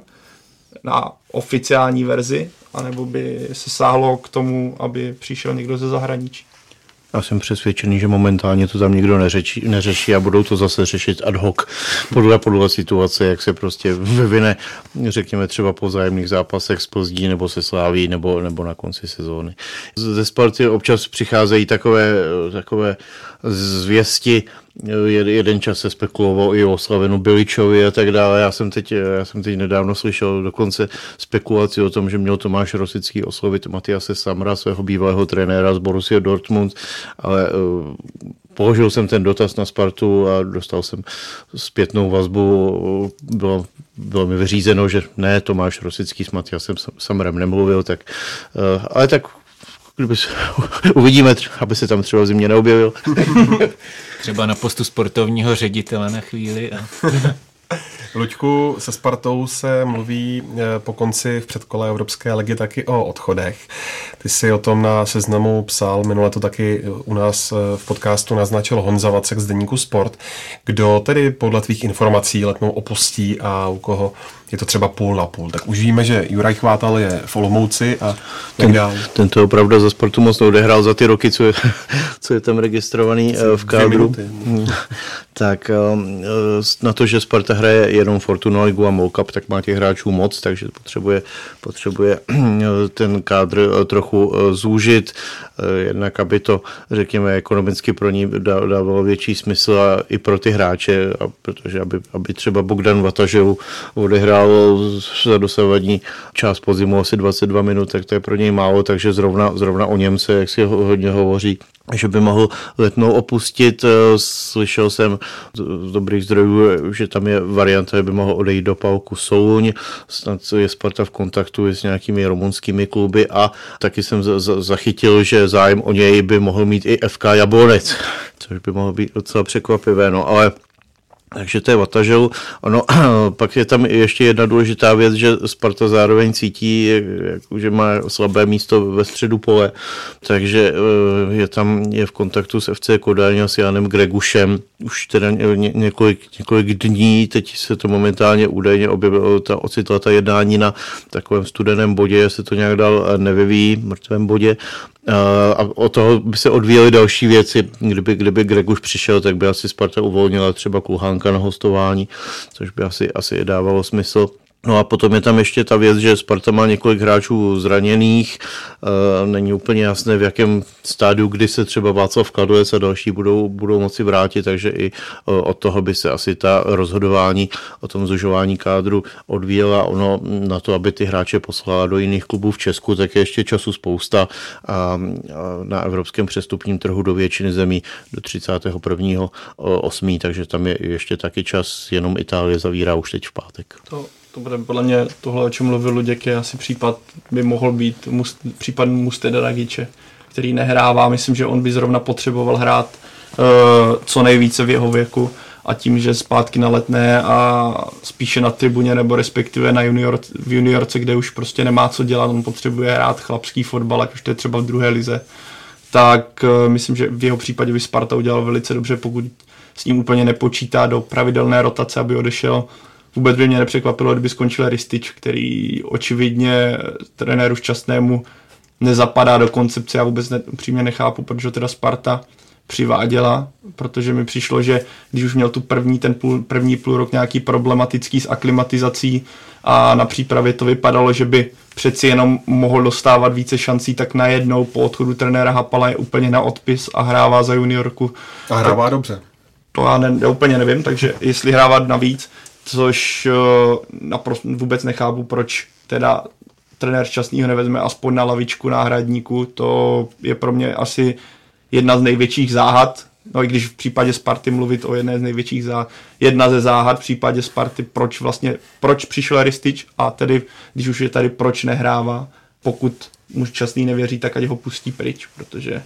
na oficiální verzi, anebo by se sáhlo k tomu, aby přišel někdo ze zahraničí. Já jsem přesvědčený, že momentálně to tam nikdo neřeší, neřeší a budou to zase řešit ad hoc podle, podle situace, jak se prostě vyvine, řekněme třeba po vzájemných zápasech s Plzní nebo se Sláví nebo, nebo na konci sezóny. Ze Sparty občas přicházejí takové, takové zvěsti, jeden čas se spekuloval i o Slavenu Biličovi a tak dále. Já jsem teď, já jsem teď nedávno slyšel dokonce spekulaci o tom, že měl Tomáš Rosický oslovit Matiase Samra, svého bývalého trenéra z Borussia Dortmund, ale uh, položil jsem ten dotaz na Spartu a dostal jsem zpětnou vazbu. Bylo, bylo mi vyřízeno, že ne, Tomáš Rosický s Matiasem Samrem nemluvil, tak, uh, ale tak kdyby se, uvidíme, aby se tam třeba v zimě neobjevil. Třeba na postu sportovního ředitele na chvíli. A... Luďku, se Spartou se mluví po konci v předkole Evropské ligy taky o odchodech. Ty jsi o tom na Seznamu psal, minule to taky u nás v podcastu naznačil Honza Vacek z deníku Sport. Kdo tedy podle tvých informací Letnou opustí a u koho je to třeba půl na půl? Tak už víme, že Juraj Chvátal je v Olomouci a tak dále. Ten, ten to opravdu za Spartu moc odehrál za ty roky, co je, co je tam registrovaný v kádru. Tak na to, že Sparta hraje jenom Fortuna ligu a MOL Cup, tak má těch hráčů moc, takže potřebuje, potřebuje ten kádr trochu zúžit, jednak aby to, řekněme, ekonomicky pro ní dávalo větší smysl a i pro ty hráče, a protože aby, aby třeba Bogdan Vatažel odehrál za dosavadní část podzimu asi dvacet dva minut, tak to je pro něj málo, takže zrovna, zrovna o něm se jak si hodně hovoří, že by mohl Letnou opustit. Slyšel jsem z dobrých zdrojů, že tam je varianta, by mohl odejít do Pauku Soluň, snad je Sparta v kontaktu s nějakými rumunskými kluby a taky jsem z- z- zachytil, že zájem o něj by mohl mít i F K Jablonec, což by mohlo být docela překvapivé, no ale takže to je Vatažel. Ono, pak je tam ještě jedna důležitá věc, že Sparta zároveň cítí, že má slabé místo ve středu pole, takže je tam je v kontaktu s F C Kodaň a s Janem Gregušem. Už teda ně, několik, několik dní, teď se to momentálně údajně objevilo, ta ocitla ta jednání na takovém studeném bodě, se to nějak dál nevyvíjí, mrtvém bodě. A od toho by se odvíjely další věci. Kdyby, kdyby Greguš přišel, tak by asi Sparta uvolnila třeba Kulhánka na hostování, což by asi, asi dávalo smysl. No a potom je tam ještě ta věc, že Sparta má několik hráčů zraněných, není úplně jasné, v jakém stádiu, kdy se třeba Václav Kladovec a další budou, budou moci vrátit, takže i od toho by se asi ta rozhodování o tom zužování kádru odvíjela. Ono na to, aby ty hráče poslala do jiných klubů v Česku, tak je ještě času spousta a na evropském přestupním trhu do většiny zemí do třicátého prvního osmého takže tam je ještě taky čas, jenom Itálie zavírá už teď v pátek. To... To bude podle mě tohle, o čem mluvil Luděk, je asi případ, by mohl být must, případ Musteda Dragiče, který nehrává. Myslím, že on by zrovna potřeboval hrát uh, co nejvíce v jeho věku a tím, že zpátky na Letné a spíše na tribuně nebo respektive na junior, v juniorce, kde už prostě nemá co dělat, on potřebuje hrát chlapský fotbal, ať už to je třeba v druhé lize, tak uh, myslím, že v jeho případě by Sparta udělal velice dobře, pokud s ním úplně nepočítá do pravidelné rotace, aby odešel. Vůbec by mě nepřekvapilo, kdyby skončil Ristič, který očividně trenéru Šťastnému nezapadá do koncepce. Já vůbec ne, upřímně nechápu, proč ho teda Sparta přiváděla, protože mi přišlo, že když už měl tu první, ten půl, první půl rok nějaký problematický s aklimatizací a na přípravě to vypadalo, že by přeci jenom mohl dostávat více šancí, tak najednou po odchodu trenéra Hapala je úplně na odpis a hrává za juniorku. A hrává tak, dobře. To já, ne, já úplně nevím, takže jestli hrává navíc, což naprosto vůbec nechápu, proč teda trenér Šťastnýho nevezme aspoň na lavičku náhradníků. To je pro mě asi jedna z největších záhad. No i když v případě Sparty mluvit o jedné z největších záhad, jedna ze záhad v případě Sparty, proč vlastně, proč přišel Ristič a tedy, když už je tady, proč nehrává. Pokud mu Šťastný nevěří, tak ať ho pustí pryč, protože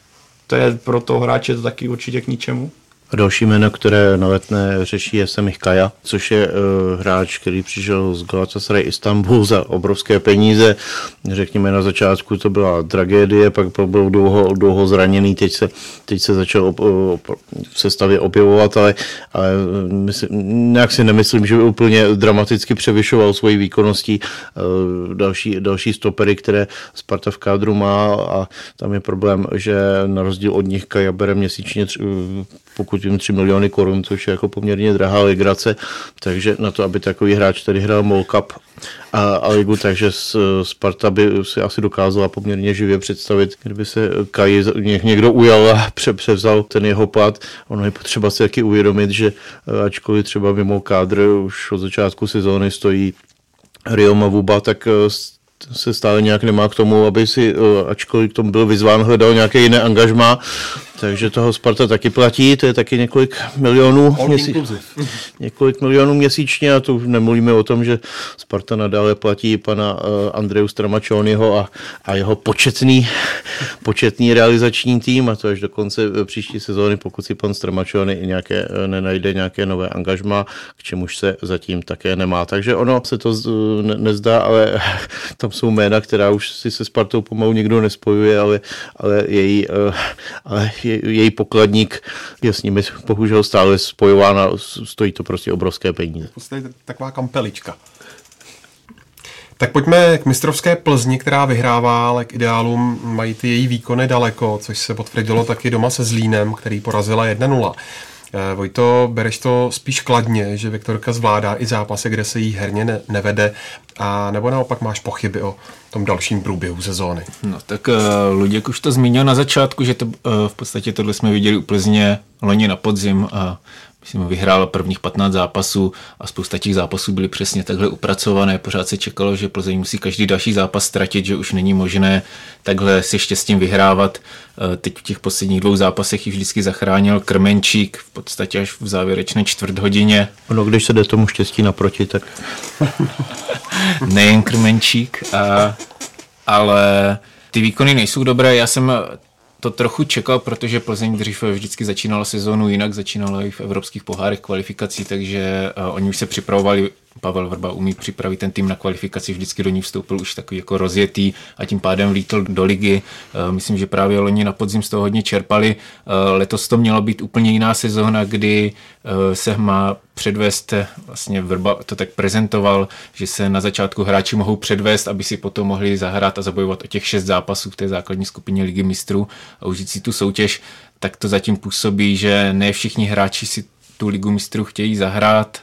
to je pro toho hráče to taky určitě k ničemu. Další jméno, které na Letné řeší, je Semih Kaja, což je uh, hráč, který přišel z Galatasaray Istanbul za obrovské peníze. Řekněme, na začátku to byla tragédie, pak byl dlouho, dlouho zraněný, teď se, teď se začal op, op, v sestavě objevovat, ale, ale myslím, nějak si nemyslím, že by úplně dramaticky převyšoval svoji výkonností uh, další, další stopery, které Sparta v kádru má a tam je problém, že na rozdíl od nich Kaja bere měsíčně tři, pokud jim tři miliony korun, což je jako poměrně drahá legrace, takže na to, aby takový hráč tady hrál MOL Cup a, a ligu, takže Sparta by si asi dokázala poměrně živě představit, kdyby se Kaji někdo ujal a převzal ten jeho plat. Ono je potřeba si taky uvědomit, že ačkoliv třeba mimo kádr už od začátku sezóny stojí Rio Mavuba, tak se stále nějak nemá k tomu, aby si, ačkoliv k tomu byl vyzván, hledal nějaké jiné angažmá, takže toho Sparta taky platí, to je taky několik milionů, měsíc, několik milionů měsíčně a tu nemluvíme o tom, že Sparta nadále platí pana Andreu Stramačonyho a, a jeho početný, početný realizační tým a to až do konce příští sezóny, pokud si pan Stramačony nějaké, nenajde nějaké nové angažmá, k čemuž se zatím také nemá. Takže ono se to ne, nezdá, ale tam jsou jména, která už si se Spartou pomalu nikdo nespojuje, ale, ale její, ale její pokladník je s nimi bohužel stále spojován a stojí to prostě obrovské peníze. Prostě taková kampelička. Tak pojďme k mistrovské Plzni, která vyhrává, ale k ideálům mají ty její výkony daleko, což se potvrdilo taky doma se Zlínem, který porazila jedna nula. Vojto, bereš to spíš kladně, že Viktorka zvládá i zápasy, kde se jí herně ne- nevede, a nebo naopak máš pochyby o tom dalším průběhu sezóny? No tak uh, Luděk už to zmínil na začátku, že to, uh, v podstatě tohle jsme viděli u Plzně loni na podzim a myslím, vyhrál prvních patnáct zápasů a spousta těch zápasů byly přesně takhle upracované. Pořád se čekalo, že Plzeň musí každý další zápas ztratit, že už není možné takhle se štěstím vyhrávat. Teď v těch posledních dvou zápasech ji vždycky zachránil Krmenčík, v podstatě až v závěrečné čtvrt hodině. No, když se jde tomu štěstí naproti, tak... Nejen Krmenčík, a, ale ty výkony nejsou dobré. Já jsem to trochu čekal, protože Plzeň dřív vždycky začínala sezónu jinak, začínala i v evropských pohárech kvalifikací, takže uh, oni už se připravovali, Pavel Vrba umí připravit ten tým na kvalifikaci, vždycky do ní vstoupil už takový jako rozjetý a tím pádem vlítl do ligy. Uh, myslím, že právě loni na podzim z toho hodně čerpali. Uh, letos to mělo být úplně jiná sezóna, kdy uh, se má předvést, vlastně Vrba to tak prezentoval, že se na začátku hráči mohou předvést, aby si potom mohli zahrát a zabojovat o těch šest zápasů v té základní skupině Ligy mistrů a užít si tu soutěž, tak to zatím působí, že ne všichni hráči si tu Ligu mistrů chtějí zahrát.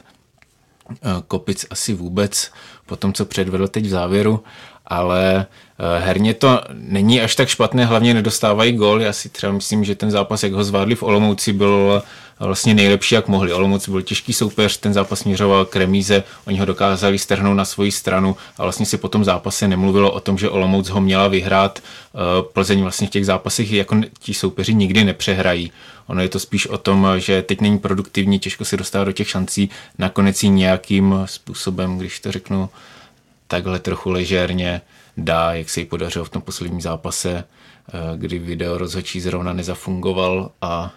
Kopic asi vůbec, po tom, co předvedl teď v závěru, ale herně to není až tak špatné, hlavně nedostávají gól. Já si třeba myslím, že ten zápas, jak ho zvládli v Olomouci, byl vlastně nejlepší, jak mohli. Olomouc byl těžký soupeř, ten zápas směřoval k remíze, oni ho dokázali strhnout na svoji stranu a vlastně si po tom zápase nemluvilo o tom, že Olomouc ho měla vyhrát. Plzeň vlastně v těch zápasech jako ti soupeři nikdy nepřehrají. Ono je to spíš o tom, že teď není produktivní, těžko se dostává do těch šancí, nakonec ji nějakým způsobem, když to řeknu takhle trochu ležérně, dá, jak se jí podařilo v tom posledním zápase, kdy video rozhodčí zrovna nezafungoval a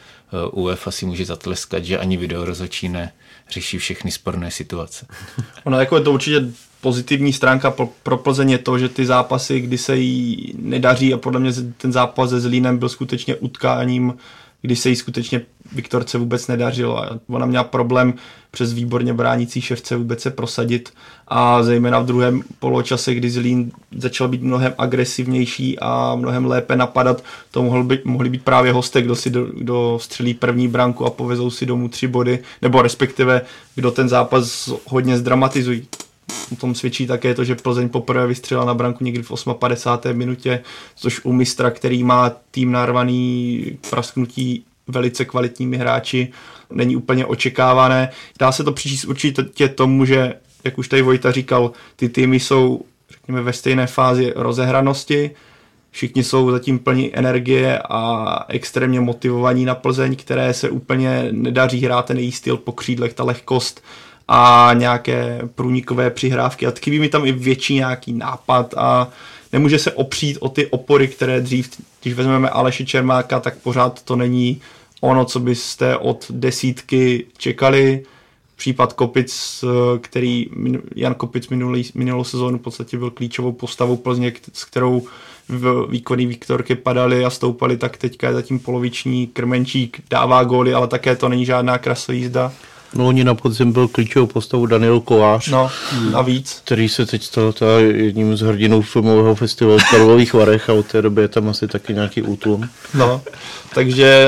UEFA si může zatleskat, že ani video rozhodčí neřeší všechny sporné situace. Ono jako je to určitě pozitivní stránka pro, pro Plzeň je to, že ty zápasy, kdy se jí nedaří a podle mě ten zápas se Zlínem byl skutečně utkáním, kdy se jí skutečně Viktorce vůbec nedařilo. Ona měla problém přes výborně bránící Ševce vůbec se prosadit a zejména v druhém poločase, kdy Zlín začal být mnohem agresivnější a mnohem lépe napadat, to mohl být, mohli být právě hosté, kdo si do, kdo střelí první branku a povezou si domů tři body, nebo respektive kdo ten zápas hodně zdramatizují. O tom svědčí také to, že Plzeň poprvé vystřelila na branku někdy v padesáté osmé minutě, což u mistra, který má tým narvaný k prasknutí velice kvalitními hráči, není úplně očekávané. Dá se to přičíst určitě tomu, že, jak už tady Vojta říkal, ty týmy jsou, řekněme, ve stejné fázi rozehranosti, všichni jsou zatím plní energie a extrémně motivovaní na Plzeň, které se úplně nedaří hrát ten její styl po křídlech, ta lehkost a nějaké průnikové přihrávky a tkví mi tam i větší nějaký nápad a nemůže se opřít o ty opory, které dřív, když vezmeme Aleše Čermáka, tak pořád to není ono, co byste od desítky čekali. Případ Kopic, který Jan Kopic minulý, minulou sezónu v podstatě byl klíčovou postavou Plzně, s kterou v výkonný Viktorky padaly a stoupaly, tak teďka je zatím poloviční. Krmenčík dává góly, ale také to není žádná krasojízda. No, oni na podzim byl klíčovou postavou Daniel Kolář. No, navíc. Který se teď stal jedním z hrdinů filmového festivalu v Karlových Varech a od té doby je tam asi taky nějaký útlum. No, takže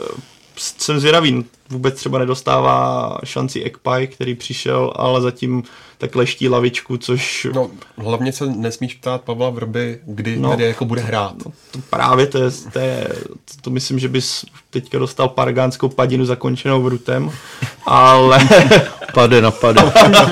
jsem zvědavý. Vůbec třeba nedostává šanci Ekpaj, který přišel, ale zatím tak leští lavičku, což... No, hlavně se nesmíš ptát Pavla Vrby, kdy no, tedy jako bude hrát. No, to právě to je, to je, to myslím, že bys teďka dostal pargánskou padinu zakončenou vrutem, ale... Pade na pade.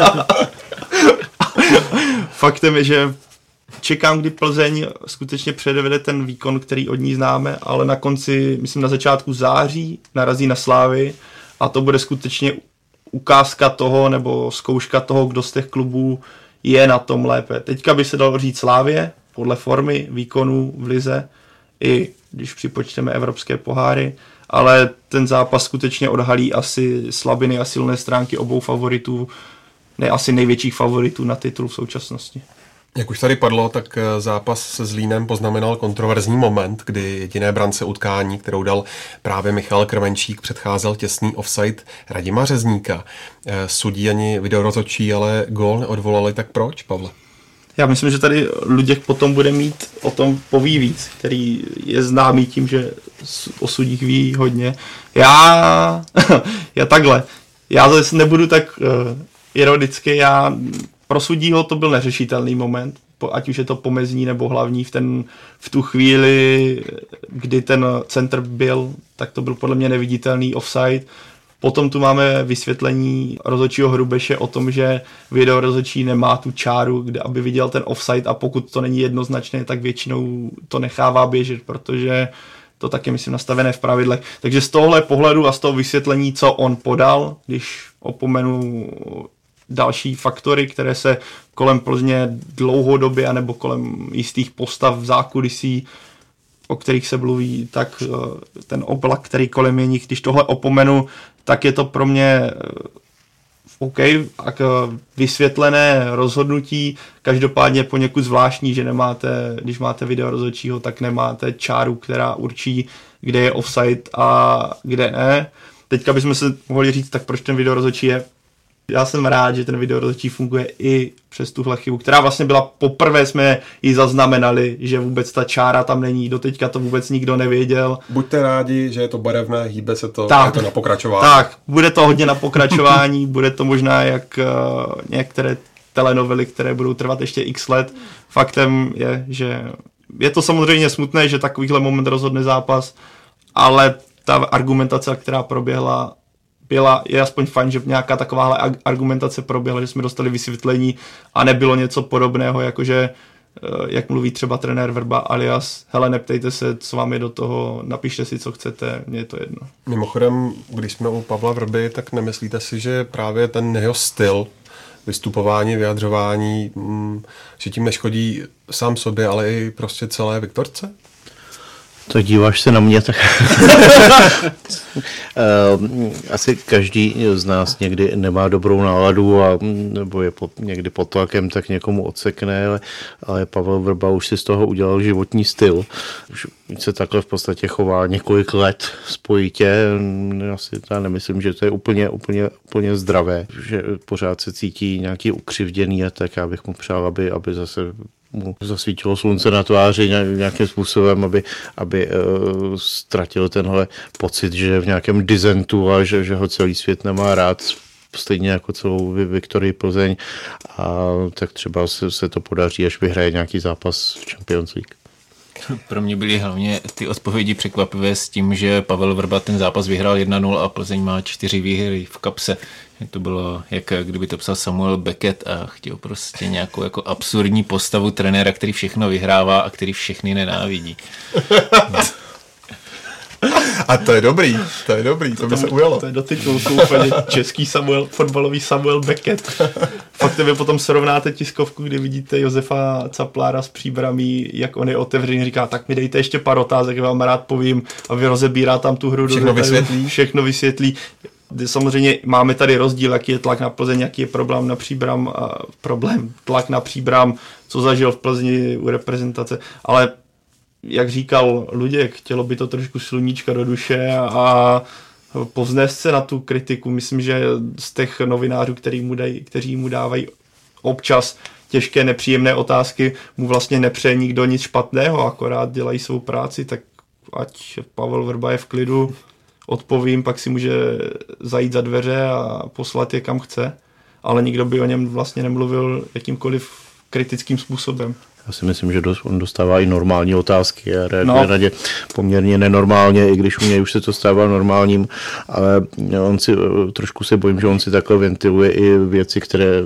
Faktem je, že čekám, kdy Plzeň skutečně předvede ten výkon, který od ní známe, ale na konci, myslím na začátku září, narazí na Slávy a to bude skutečně ukázka toho, nebo zkouška toho, kdo z těch klubů je na tom lépe. Teďka by se dalo říct Slávě, podle formy, výkonů v lize, i když připočteme evropské poháry, ale ten zápas skutečně odhalí asi slabiny a silné stránky obou favoritů, ne asi největších favoritů na titul v současnosti. Jak už tady padlo, tak zápas se Zlínem poznamenal kontroverzní moment, kdy jediné brance utkání, kterou dal právě Michal Krmenčík, předcházel těsný offside Radima Řezníka. Sudí ani videorozhodčí, ale gól neodvolali, tak proč, Pavle? Já myslím, že tady Luděk potom bude mít o tom poví víc, který je známý tím, že o sudích ví hodně. Já, já takhle, já zase nebudu tak uh, ironicky, já pro sudího to byl neřešitelný moment, ať už je to pomezní nebo hlavní v, ten, v tu chvíli, kdy ten centr byl, tak to byl podle mě neviditelný offside. Potom tu máme vysvětlení rozhodčího Hrubeše o tom, že video rozhodčí nemá tu čáru, kde aby viděl ten offside a pokud to není jednoznačné, tak většinou to nechává běžet, protože to taky myslím nastavené v pravidlech. Takže z tohle pohledu a z toho vysvětlení, co on podal, když opomenu další faktory, které se kolem Plzně dlouhodobě anebo kolem jistých postav v zákulisí, o kterých se mluví, tak ten oblak, který kolem je nich, když tohle opomenu, tak je to pro mě OK, tak vysvětlené rozhodnutí, každopádně poněkud zvláštní, že nemáte, když máte video rozhodčího, tak nemáte čáru, která určí, kde je offside a kde ne. Teďka bychom se mohli říct, tak proč ten video rozhodčí je. Já jsem rád, že ten video rozhodčí funguje i přes tuhle chybu, která vlastně byla poprvé, jsme ji zaznamenali, že vůbec ta čára tam není, doteďka to vůbec nikdo nevěděl. Buďte rádi, že je to barevné, hýbe se to, tak, je to na pokračování. Tak, bude to hodně na pokračování, bude to možná jak uh, některé telenovely, které budou trvat ještě x let. Faktem je, že je to samozřejmě smutné, že takovýhle moment rozhodne zápas, ale ta argumentace, která proběhla, byla, je aspoň fajn, že nějaká takováhle argumentace proběhla, že jsme dostali vysvětlení a nebylo něco podobného, jakože, jak mluví třeba trenér Vrba alias, hele, neptejte se, co vám je do toho, napište si, co chcete, mně je to jedno. Mimochodem, když jsme u Pavla Vrby, tak nemyslíte si, že právě ten jeho styl vystupování, vyjadřování, že tím neškodí sám sobě, ale i prostě celé Viktorce? To díváš se na mě, tak asi každý z nás někdy nemá dobrou náladu a nebo je pod, někdy pod tlakem, tak někomu odsekne, ale, ale Pavel Vrba už si z toho udělal životní styl. Už se takhle v podstatě chová několik let spojitě. Asi já nemyslím, že to je úplně, úplně, úplně zdravé, že pořád se cítí nějaký ukřivděný a tak já bych mu přál, aby, aby zase mu zasvítilo slunce na tváři nějakým způsobem, aby, aby uh, ztratil tenhle pocit, že je v nějakém dizentu a že, že ho celý svět nemá rád, stejně jako celou Viktorii Plzeň, a tak třeba se, se to podaří, až vyhraje nějaký zápas v Champions League. Pro mě byly hlavně ty odpovědi překvapivé s tím, že Pavel Vrba ten zápas vyhrál jedna nula a Plzeň má čtyři výhry v kapse. To bylo, jak kdyby to psal Samuel Beckett a chtěl prostě nějakou jako absurdní postavu trenéra, který všechno vyhrává a který všechny nenávidí. A to je dobrý, to je dobrý, to, to by se ujalo. To je do titulku úplně český Samuel, fotbalový Samuel Beckett. Fakt vy potom srovnáte tiskovku, kdy vidíte Josefa Caplára z Příbramí, jak on je otevřený, říká, tak mi dejte ještě pár otázek, já vám rád povím, a vy rozebírá tam tu hru. Všechno vysvětlí. Všechno vysvětlí. Samozřejmě máme tady rozdíl, jaký je tlak na Plzeň, jaký je problém na Příbram, a problém, tlak na Příbram, co zažil v Plzni u reprezentace, ale jak říkal Luděk, chtělo by to trošku sluníčka do duše a povznést se na tu kritiku. Myslím, že z těch novinářů, který mu dají, kteří mu dávají občas těžké, nepříjemné otázky, mu vlastně nepřeje nikdo nic špatného, akorát dělají svou práci, tak ať Pavel Vrba je v klidu, odpovím, pak si může zajít za dveře a poslat je kam chce, ale nikdo by o něm vlastně nemluvil jakýmkoliv kritickým způsobem. Já si myslím, že on dostává i normální otázky a reaguje no. na ně poměrně nenormálně, i když u něj už se to stává normálním, ale on si, trošku se bojím, že on si takhle ventiluje i věci, které,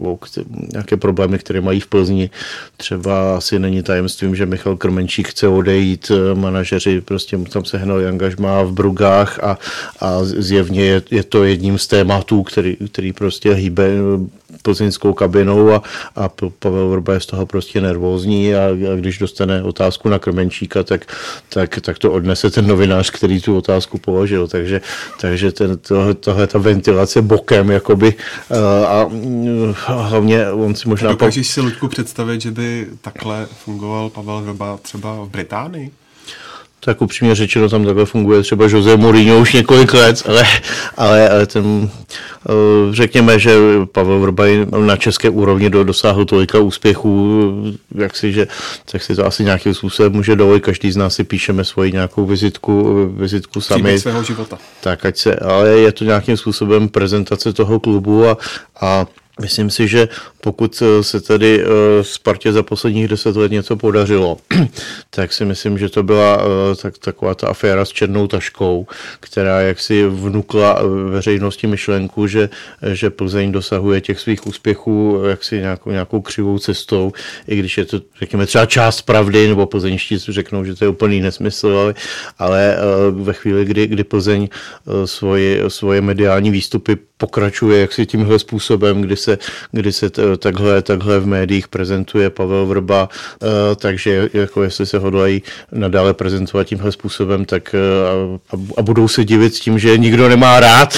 nějaké problémy, které mají v Plzni. Třeba asi není tajemstvím, že Michal Krmenčík chce odejít, manažeři prostě tam se hnali angažmá v Brugách a, a zjevně je, je to jedním z tématů, který, který prostě hýbe plzeňskou kabinou a, a Pavel Vrba je z toho prostě nervózní a, a když dostane otázku na Krmenčíka, tak, tak, tak to odnese ten novinář, který tu otázku položil. Takže, takže ten, to, tohle ta ventilace bokem jakoby a, a hlavně on si možná... Dokážeš si, Luďku, představit, že by takhle fungoval Pavel Vrba třeba v Británii? Tak upřímně řečeno, tam takhle funguje třeba Jose Mourinho už několik let, ale, ale, ale ten, řekněme, že Pavel Vrba na české úrovni dosáhl tolika úspěchů, jak si, že, tak si to asi nějakým způsobem může dovolit. Každý z nás si píšeme svoji nějakou vizitku, vizitku sami. Příběh svého života. Tak ať se, ale je to nějakým způsobem prezentace toho klubu a, a Myslím si, že pokud se tady Spartě za posledních deset let něco podařilo, tak si myslím, že to byla tak, taková ta aféra s černou taškou, která jaksi vnukla veřejnosti myšlenku, že, že Plzeň dosahuje těch svých úspěchů jaksi nějakou, nějakou křivou cestou, i když je to, řekněme, třeba část pravdy, nebo plzeňští řeknou, že to je úplný nesmysl, ale, ale ve chvíli, kdy, kdy Plzeň svoje, svoje mediální výstupy pokračuje jaksi tímhle způsobem, kdy se, kdy se takhle, takhle v médiích prezentuje Pavel Vrba, takže jako jestli se hodlají nadále prezentovat tímhle způsobem, tak a, a budou se divit s tím, že nikdo nemá rád,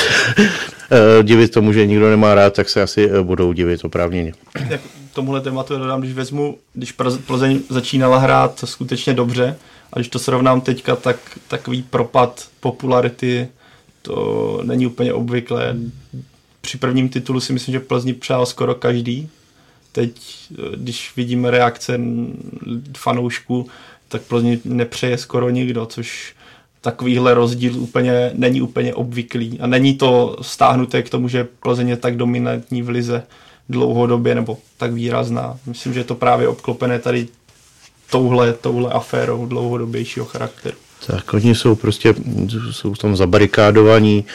divit tomu, že nikdo nemá rád, tak se asi budou divit oprávněně. Jak tomuhle tématu dodám, když vezmu, když Plzeň začínala hrát skutečně dobře, a když to srovnám teďka, tak takový propad popularity to není úplně obvyklé. Při prvním titulu si myslím, že Plzni přál skoro každý. Teď, když vidíme reakce fanoušků, tak Plzni nepřeje skoro nikdo, což takovýhle rozdíl úplně není úplně obvyklý. A není to stáhnuté k tomu, že Plzeň je tak dominantní v lize dlouhodobě nebo tak výrazná. Myslím, že je to právě obklopené tady touhle, touhle aférou dlouhodobějšího charakteru. Tak oni jsou prostě, jsou tam zabarikádovaní,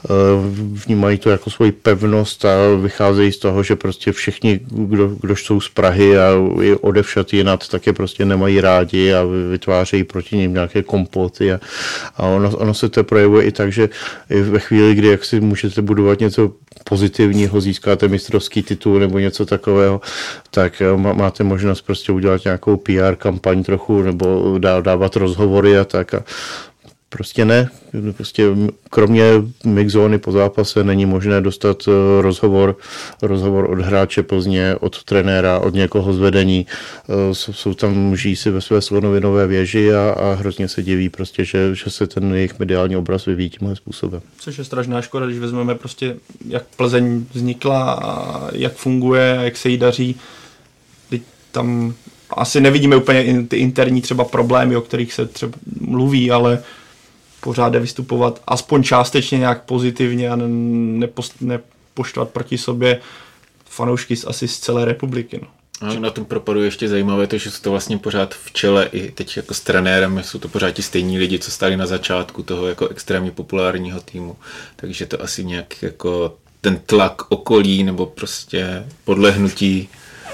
vnímají to jako svoji pevnost a vycházejí z toho, že prostě všichni, kdo, kdož jsou z Prahy a je odevšad jinat, tak je prostě nemají rádi a vytvářejí proti nim nějaké komploty a, a ono, ono se to projevuje i tak, že i ve chvíli, kdy jak si můžete budovat něco pozitivního, získáte mistrovský titul nebo něco takového, tak máte možnost prostě udělat nějakou P R kampaň trochu nebo dávat rozhovory a tak a prostě ne. Prostě kromě mixzóny po zápase není možné dostat rozhovor, rozhovor od hráče Plzně, od trenéra, od někoho z vedení. Jsou tam, žijí si ve své slonovinové věži a, a hrozně se diví prostě, že, že se ten jejich mediální obraz vyvíjí tímhle způsobem. Což je strašná škoda, když vezmeme prostě, jak Plzeň vznikla a jak funguje a jak se jí daří. Teď tam asi nevidíme úplně ty interní třeba problémy, o kterých se třeba mluví, ale pořád jde vystupovat aspoň částečně nějak pozitivně a nepost, nepoštvat proti sobě fanoušky asi z celé republiky. No. A na tom propadu je ještě zajímavé to, že jsou to vlastně pořád v čele i teď jako s trenérem, jsou to pořád ti stejní lidi, co stáli na začátku toho jako extrémně populárního týmu, takže to asi nějak jako ten tlak okolí nebo prostě podlehnutí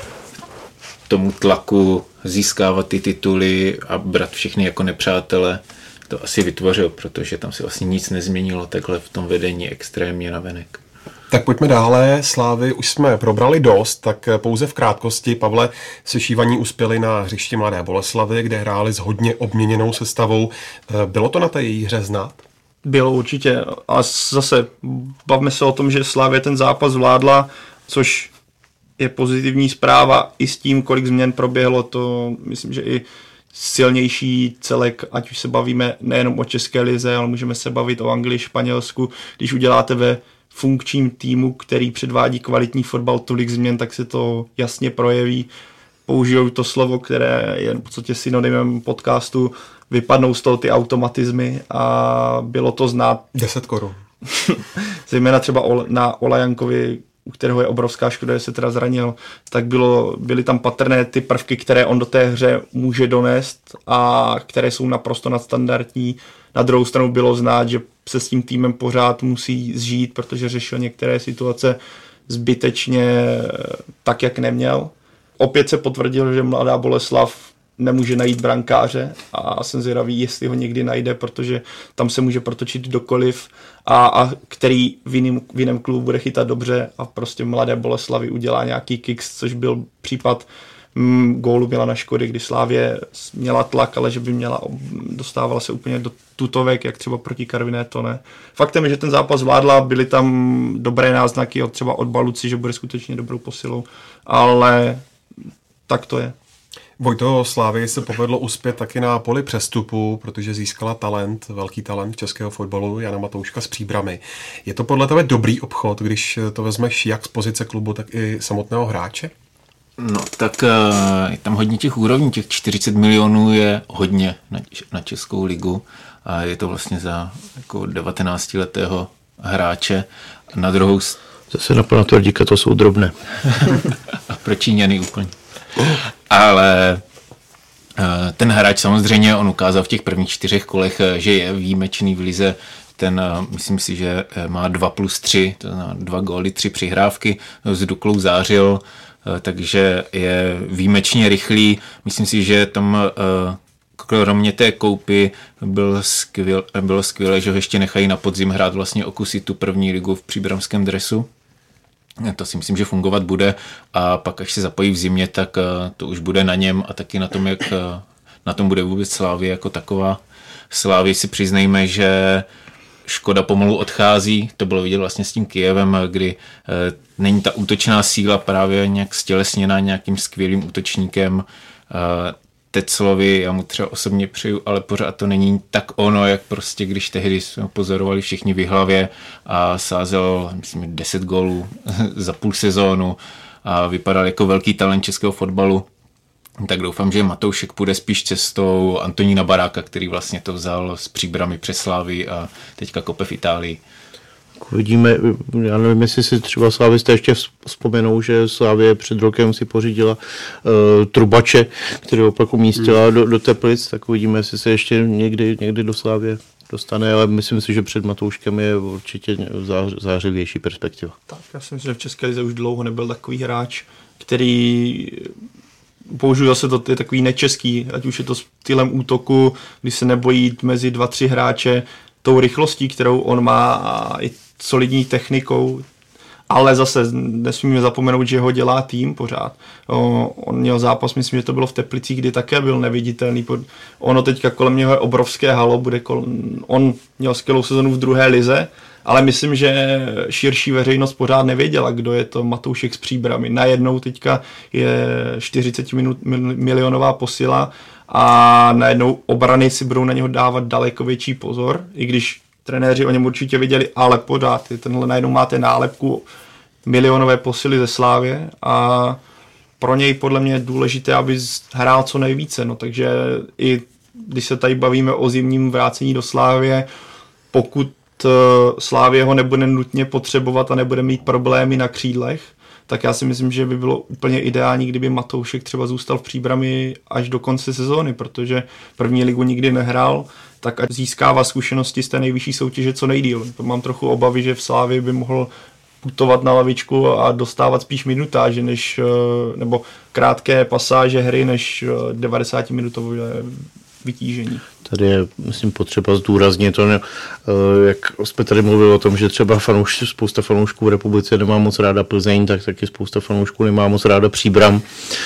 tomu tlaku získávat ty tituly a brát všechny jako nepřátele, to asi vytvořil, protože tam se vlastně nic nezměnilo takhle v tom vedení extrémně navenek. Tak pojďme dále. Slávy už jsme probrali dost, tak pouze v krátkosti. Pavle, Sešívaní uspěli na hřišti Mladé Boleslavi, kde hráli s hodně obměněnou sestavou. Bylo to na té její hře znát? Bylo určitě. A zase bavme se o tom, že Slávě ten zápas zvládla, což je pozitivní zpráva i s tím, kolik změn proběhlo. To myslím, že i silnější celek, ať už se bavíme nejenom o České lize, ale můžeme se bavit o Anglii, Španělsku. Když uděláte ve funkčním týmu, který předvádí kvalitní fotbal, tolik změn, tak se to jasně projeví. Použijou to slovo, které je v podstatě synonymem podcastu, vypadnou z toho ty automatizmy a bylo to znát. deset korun. Zejména třeba na Olajankovi, u kterého je obrovská škoda, že se teda zranil, tak bylo, byly tam patrné ty prvky, které on do té hře může donést a které jsou naprosto nadstandardní. Na druhou stranu bylo znát, že se s tím týmem pořád musí zžít, protože řešil některé situace zbytečně tak, jak neměl. Opět se potvrdil, že Mladá Boleslav nemůže najít brankáře a jsem zvědavý, jestli ho někdy najde, protože tam se může protočit dokoliv a, a který v jiném, v jiném klubu bude chytat dobře a prostě Mladé Boleslavy udělá nějaký kicks, což byl případ mm, gólu Milana Škody, kdy Slávě měla tlak, ale že by měla, dostávala se úplně do tutovek, jak třeba proti Karviné, to ne. Faktem je, že ten zápas zvládla, byly tam dobré náznaky od třeba od Baluci, že bude skutečně dobrou posilou, ale tak to je. Vojto, Slávii se povedlo uspět taky na poli přestupu, protože získala talent, velký talent českého fotbalu, Jana Matouška z Příbrami. Je to podle tebe dobrý obchod, když to vezmeš jak z pozice klubu, tak i samotného hráče? No tak je tam hodně těch úrovní, těch čtyřicet milionů je hodně na, na Českou ligu a je to vlastně za jako devatenáctiletého hráče. Na druhou Zase na pana Tvrdíka to jsou drobné. A pro Číňany úplně. Ale ten hráč samozřejmě, on ukázal v těch prvních čtyřech kolech, že je výjimečný v lize. Ten, myslím si, že má dva plus tři, to znamená dva góly, tři přihrávky, s Duklou zářil, takže je výjimečně rychlý. Myslím si, že tam kromě té koupy byl skvěl, bylo skvělé, že ho ještě nechají na podzim hrát vlastně okusit tu první ligu v příbramském dresu. To si myslím, že fungovat bude a pak, až se zapojí v zimě, tak to už bude na něm a taky na tom, jak na tom bude vůbec Slavie jako taková. Slavii si přiznejme, že Škoda pomalu odchází, to bylo vidět vlastně s tím Kyjevem, kdy e, není ta útočná síla právě nějak stělesněná nějakým skvělým útočníkem. E, Teclovi, já mu třeba osobně přeju, ale pořád to není tak ono, jak prostě když tehdy jsme pozorovali všichni v hlavě a sázel, myslím, deset gólů za půl sezónu a vypadal jako velký talent českého fotbalu. Tak doufám, že Matoušek půjde spíš cestou Antonína Baráka, který vlastně to vzal z Příbrami přes Slávy a teďka kope v Itálii. Uvidíme, já nevím, jestli si třeba slávisté ještě vzpomenou, že Slávie před rokem si pořídila uh, trubače, který opak umístila hmm. do, do Teplic, tak uvidíme, jestli se ještě někdy, někdy do Slávie dostane, ale myslím si, že před Matouškem je určitě zářivější perspektiva. Tak, já si myslím, že v České lize už dlouho nebyl takový hráč, který použiju zase to, je takový nečeský, ať už je to stylem útoku, kdy se nebojí jít mezi dva, tři hráče, tou rychlostí, kterou on má a i solidní technikou, ale zase nesmíme zapomenout, že ho dělá tým pořád. O, on měl zápas, myslím, že to bylo v Teplicích, kdy také byl neviditelný. Ono teďka kolem něho je obrovské halo, bude kolem, on měl skvělou sezonu v druhé lize, ale myslím, že širší veřejnost pořád nevěděla, kdo je to Matoušek s Příbrami. Najednou teďka je čtyřicet minut, milionová posila a najednou obrany si budou na něho dávat daleko větší pozor, i když trenéři o něm určitě věděli, ale pořád tenhle najednou máte nálepku milionové posily ze Slávie a pro něj podle mě je důležité, aby hrál co nejvíce, no takže i když se tady bavíme o zimním vrácení do Slávie, pokud Slávie ho nebude nutně potřebovat a nebude mít problémy na křídlech, tak já si myslím, že by bylo úplně ideální, kdyby Matoušek třeba zůstal v Příbrami až do konce sezóny, protože první ligu nikdy nehrál, tak ať získává zkušenosti z té nejvyšší soutěže co nejdýl. Mám trochu obavy, že v Slávii by mohl putovat na lavičku a dostávat spíš minutáže, než, nebo krátké pasáže hry, než devadesátiminutové vytížení. Tady je, myslím, potřeba zdůraznit to, jak jsme tady mluvili o tom, že třeba fanouš, spousta fanoušků v republice nemá moc ráda Plzeň, tak taky spousta fanoušků nemá moc ráda Příbram,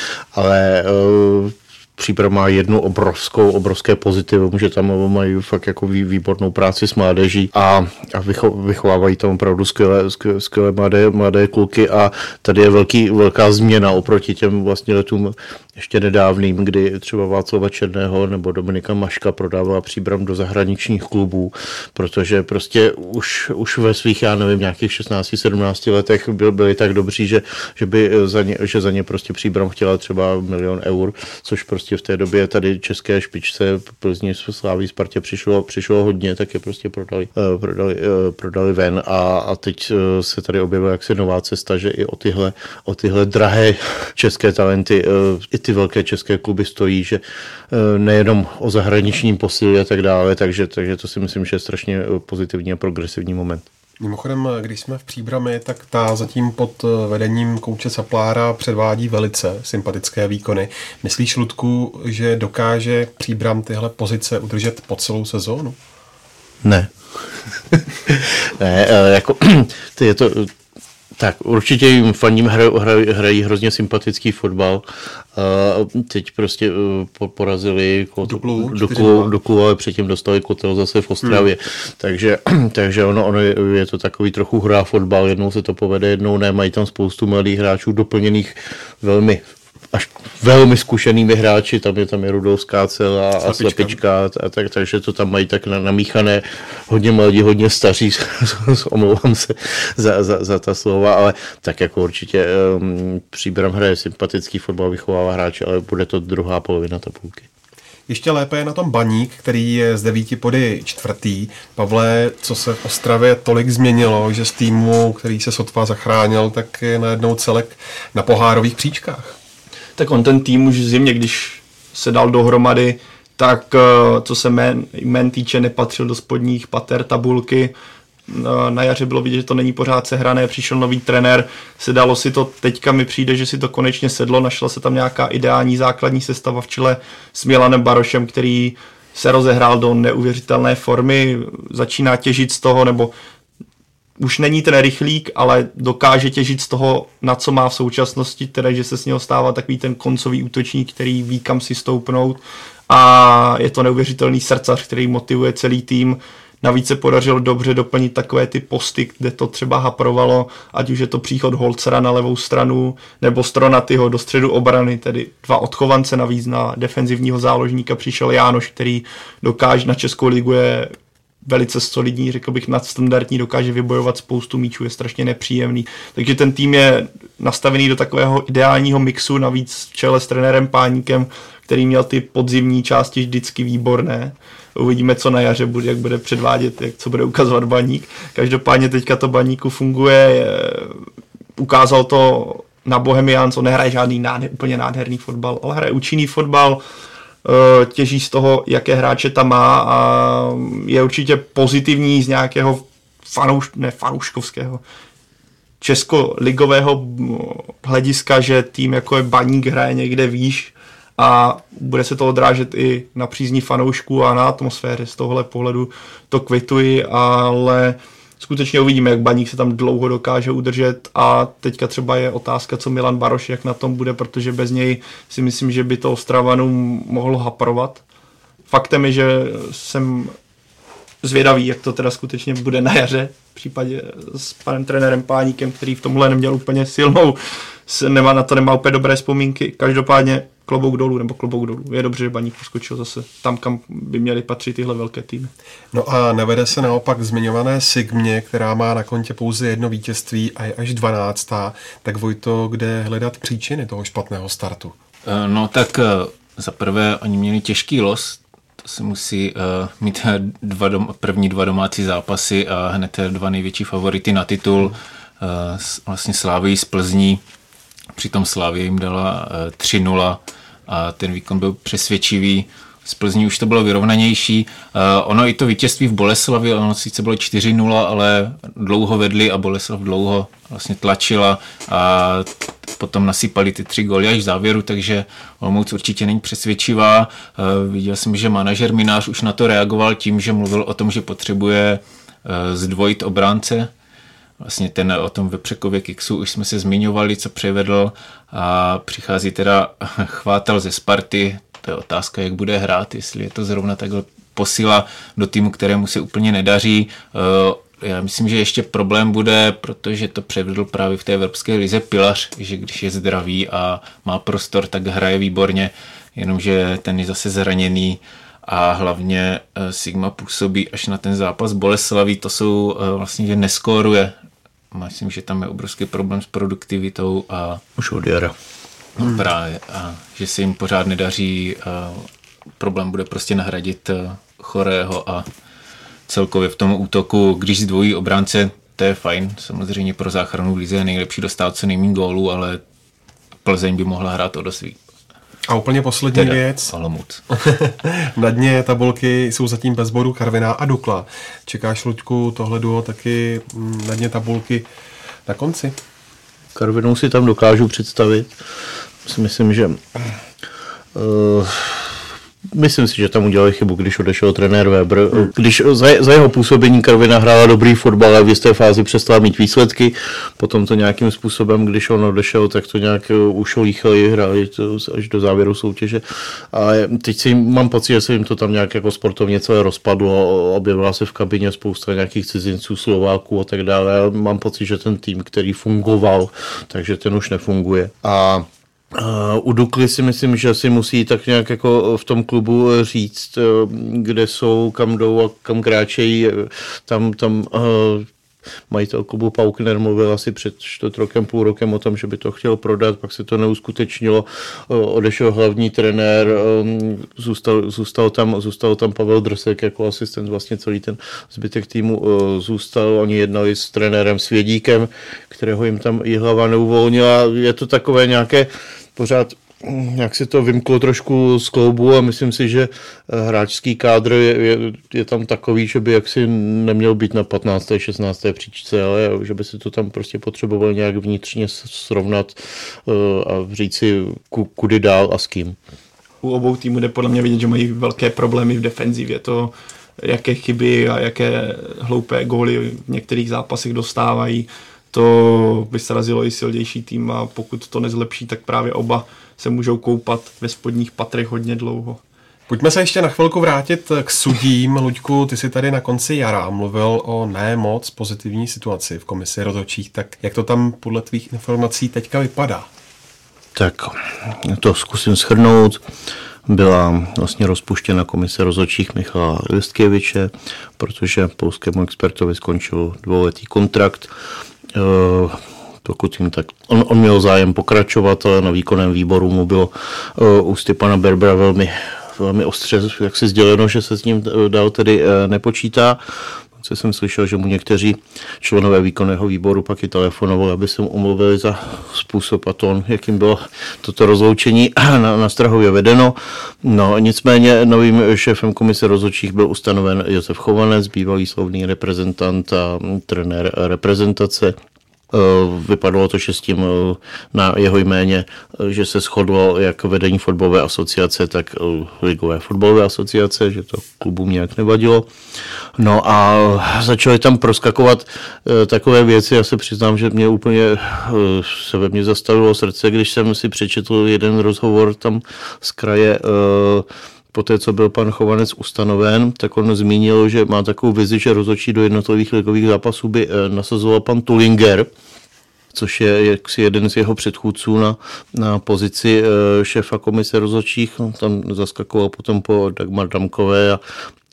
ale Příbram má jednu obrovskou, obrovské pozitivum, že tam mají fakt jako výbornou práci s mládeží a, a vycho, vychovávají tam opravdu skvělé, skvělé, skvělé mladé, mladé kluky a tady je velký, velká změna oproti těm vlastně letům ještě nedávným, kdy třeba Václava Černého nebo Dominika Maška prodávala Příbram do zahraničních klubů, protože prostě už, už ve svých, já nevím, nějakých šestnácti sedmnácti letech byl, byli tak dobří, že, že by za ně, že za ně prostě Příbram chtěla třeba milion eur, což prostě v té době tady české špičce Plzni, Sláví, Spartě přišlo, přišlo hodně, tak je prostě prodali, prodali, prodali ven a, a teď se tady objevila jaksi nová cesta, že i o tyhle, o tyhle drahé české talenty i ty velké české kluby stojí, že nejenom o zahraničním posílí a tak dále, takže, takže to si myslím, že je strašně pozitivní a progresivní moment. Mimochodem, když jsme v Příbrami, tak ta zatím pod vedením kouče Saplára předvádí velice sympatické výkony. Myslíš, Ludku, že dokáže Příbram tyhle pozice udržet po celou sezónu? Ne. ne, jako to je to... Tak určitě jim fandím, hrají, hrají, hrají hrozně sympatický fotbal. Uh, teď prostě uh, porazili Duklu, Duklu, Duklu, ale předtím dostali Kotel zase v Ostravě. Hmm. Takže, takže ono, ono je, je to takový trochu hra fotbal, jednou se to povede, jednou ne, mají tam spoustu mladých hráčů doplněných velmi až velmi zkušenými hráči, tam je tam je Rudolf Skácel a, a Slepička, a tak, takže to tam mají tak namíchané, hodně mladí, hodně staří, omlouvám se za, za, za ta slova, ale tak jako určitě um, Příbram hraje sympatický fotbal, vychovává hráče, ale bude to druhá polovina tabulky. Ještě lépe je na tom Baník, který je z devíti body čtvrtý. Pavle, co se v Ostravě tolik změnilo, že z týmu, který se sotva zachránil, tak je najednou celek na pohárových příčkách. Tak on ten tým už v zimě, když se dal dohromady, tak co se jmén, jmén týče, nepatřil do spodních pater tabulky. Na jaře bylo vidět, že to není pořád sehrané, přišel nový trenér, sedalo si to, teďka mi přijde, že si to konečně sedlo, našla se tam nějaká ideální základní sestava v čele s Milanem Barošem, který se rozehrál do neuvěřitelné formy, začíná těžit z toho, nebo už není ten rychlík, ale dokáže těžit z toho, na co má v současnosti, teda, že se z něho stává takový ten koncový útočník, který ví, kam si stoupnout, a je to neuvěřitelný srdcař, který motivuje celý tým. Navíc se podařilo dobře doplnit takové ty posty, kde to třeba haprovalo, ať už je to příchod Holcera na levou stranu, nebo Stronatyho do středu obrany, tedy dva odchovance, navíc na defenzivního záložníka přišel Jánoš, který dokáže, na Českou ligu je velice solidní, řekl bych nadstandardní, dokáže vybojovat spoustu míčů, je strašně nepříjemný. Takže ten tým je nastavený do takového ideálního mixu, navíc v čele s trenérem Páníkem, který měl ty podzimní části vždycky výborné. Uvidíme, co na jaře bude, jak bude předvádět, jak co bude ukazovat Baník. Každopádně teďka to Baníku funguje, je, ukázal to na Bohemians, on nehraje žádný nádher, úplně nádherný fotbal, ale hraje účinný fotbal, těží z toho, jaké hráče tam má, a je určitě pozitivní z nějakého fanouš, ne fanouškovského, českoligového hlediska, že tým jako je Baník hraje někde výš, a bude se to odrážet i na přízní fanoušků a na atmosféře. Z tohohle pohledu to kvituji, ale skutečně uvidíme, jak Baník se tam dlouho dokáže udržet, a teďka třeba je otázka, co Milan Baroš, jak na tom bude, protože bez něj si myslím, že by to Ostravanům mohlo haprovat. Faktem je, že jsem zvědavý, jak to teda skutečně bude na jaře, v případě s panem trenérem Páníkem, který v tomhle neměl úplně silnou, nemá, na to nemá úplně dobré vzpomínky. Každopádně klobouk dolů, nebo klobouk dolů. Je dobře, že Baník poskočil zase tam, kam by měly patřit tyhle velké týmy. No a nevede se naopak zmiňované Sigmě, která má na kontě pouze jedno vítězství a je až dvanáctá. Tak Vojto, kde hledat příčiny toho špatného startu? No tak za prvé oni měli těžký los, to se musí uh, mít dva dom, první dva domácí zápasy a hned dva největší favority na titul, uh, vlastně Slávii z Plzní. Přitom Slavie jim dala tři nula a ten výkon byl přesvědčivý. Z Plzní už to bylo vyrovnanější. Ono i to vítězství v Boleslavi, ono sice bylo čtyři nula, ale dlouho vedli a Boleslav dlouho vlastně tlačila a potom nasypali ty tři góly až v závěru, takže Olomouc určitě není přesvědčivá. Viděl jsem, že manažer Minář už na to reagoval tím, že mluvil o tom, že potřebuje zdvojit obránce. Vlastně ten o tom Vepřekově Kiksu už jsme se zmiňovali, co převedl, a přichází teda Chvátal ze Sparty. To je otázka, jak bude hrát, jestli je to zrovna takhle posila do týmu, kterému se úplně nedaří. Já myslím, že ještě problém bude, protože to převedl právě v té evropské lize Pilař, že když je zdravý a má prostor, tak hraje výborně, jenomže ten je zase zraněný. A hlavně Sigma působí až na ten zápas Boleslaví, to jsou vlastně, že neskóruje. Myslím, že tam je obrovský problém s produktivitou a už od jara. No právě, a že se jim pořád nedaří, problém bude prostě nahradit Chorého a celkově v tom útoku, když zdvojí obránce, to je fajn, samozřejmě pro záchranu v lize je nejlepší dostat co nejméně gólů, ale Plzeň by mohla hrát o dost víc. A úplně poslední teda věc. Olomouc. Na dně tabulky jsou zatím bez bodů Karviná a Dukla. Čekáš, Luďku, tohle duo taky na dně tabulky na konci? Karvinou si tam dokážu představit. Myslím, že uh, myslím si, že tam udělali chybu, když odešel trenér Weber. Když za, za jeho působení Karviná hrála dobrý fotbal, ale v jisté fázi přestala mít výsledky. Potom to nějakým způsobem, když on odešel, tak to nějak ušolíchali, hráli to až do závěru soutěže. A teď si mám pocit, že se jim to tam nějak jako sportovně celé rozpadlo. Objevila se v kabině spousta nějakých cizinců, Slováků a tak dále. Mám pocit, že ten tým, který fungoval, takže ten už nefunguje. A Uh, u Dukly si myslím, že si musí tak nějak jako v tom klubu říct, kde jsou, kam jdou a kam kráčejí. Tam, tam uh, majitel klubu Paukner mluvil asi před čtvrt rokem, půl rokem o tom, že by to chtěl prodat, pak se to neuskutečnilo, odešel hlavní trenér, zůstal, zůstal, tam, zůstal tam Pavel Drsek jako asistent, vlastně celý ten zbytek týmu zůstal, oni jednali s trenérem Svědíkem, kterého jim tam Jihlava neuvolnila, je to takové nějaké pořád, jak si to vymklo trošku z kloubu a myslím si, že hráčský kádr je, je, je tam takový, že by jaksi neměl být na patnácté šestnácté příčce, ale že by si to tam prostě potřeboval nějak vnitřně srovnat a říct si, kudy dál a s kým. U obou týmů jde podle mě vidět, že mají velké problémy v defenzivě. To, jaké chyby a jaké hloupé góly v některých zápasech dostávají, to by srazilo i silnější tým a pokud to nezlepší, tak právě oba se můžou koupat ve spodních patrech hodně dlouho. Pojďme se ještě na chvilku vrátit k sudím. Luďku, ty jsi tady na konci jara mluvil o ne moc pozitivní situaci v komisi rozhodčích, tak jak to tam podle tvých informací teďka vypadá? Tak to zkusím shrnout. Byla vlastně rozpuštěna komise rozhodčích Michala Listkeviče, protože polskému expertovi skončil dvouletý kontrakt. Pokud jim tak, on, on měl zájem pokračovat, ale na výkonném výboru mu bylo uh, ústy pana Berbera velmi, velmi ostře, jak si sděleno, že se s ním dál tedy uh, nepočítá. Co jsem slyšel, že mu někteří členové výkonného výboru pak i telefonovali, aby se mu omluvili za způsob a tón, jakým bylo toto rozloučení na, na Strahově vedeno. No, nicméně novým šéfem komise rozhodčích byl ustanoven Josef Chovanec, bývalý slavný reprezentant a trenér reprezentace. Vypadalo to, že s tím na jeho jméně, že se shodlo jak vedení fotbalové asociace, tak ligové fotbalové asociace, že to klubům nějak nevadilo. No a začaly tam proskakovat takové věci, já se přiznám, že mě úplně se ve mně zastavilo srdce, když jsem si přečetl jeden rozhovor tam z kraje. Poté, co byl pan Chovanec ustanoven, tak on zmínil, že má takovou vizi, že rozhodčí do jednotlivých ligových zápasů by nasazoval pan Tullinger, což je jaksi jeden z jeho předchůdců na, na pozici šéfa komise rozhodčích. Tam zaskakoval potom po Dagmar Damkové a,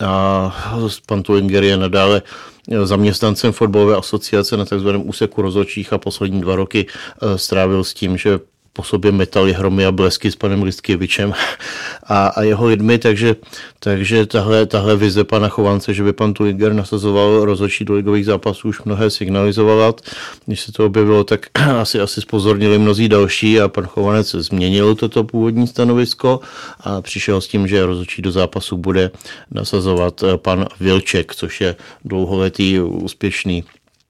a pan Tullinger je nadále zaměstnancem fotbalové asociace na takzvaném úseku rozhodčích a poslední dva roky strávil s tím, že po sobě metali hromy a blesky s panem Listkevičem a, a jeho lidmi, takže, takže tahle, tahle vize pana Chovance, že by pan Tullinger nasazoval rozhodčí do ligových zápasů, už mnohé signalizovala. Když se to objevilo, tak asi, asi spozornili mnozí další a pan Chovanec změnil toto původní stanovisko a přišel s tím, že rozhodčí do zápasu bude nasazovat pan Vilček, což je dlouholetý úspěšný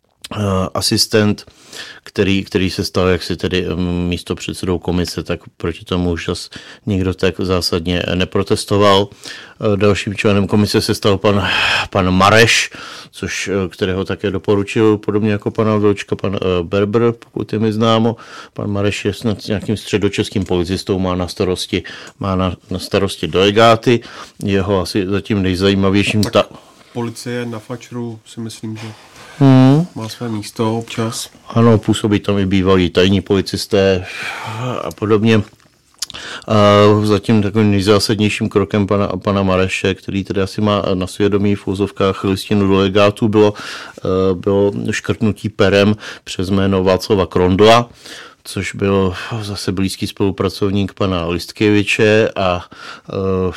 asistent, který, který se stal jaksi tedy místo předsedou komise, tak proti tomu už zase nikdo tak zásadně neprotestoval. Dalším členem komise se stal pan, pan Mareš, což, kterého také doporučil, podobně jako pana Vilčka, pan Berber, pokud je mi známo. Pan Mareš je snad nějakým středočeským policistou, má na starosti, má na, na starosti delegáty. Jeho asi zatím nejzajímavějším... Tak ta... policie na Fačru si myslím, že Hmm. má své místo občas. Ano, působí tam i bývalí tajní policisté a podobně. A zatím takovým nejzásadnějším krokem pana, pana Mareše, který tedy asi má na svědomí v úzovkách listinu delegátů, bylo, bylo škrtnutí perem přes jméno Václava Krondla, což byl zase blízký spolupracovník pana Listkeviče a uh,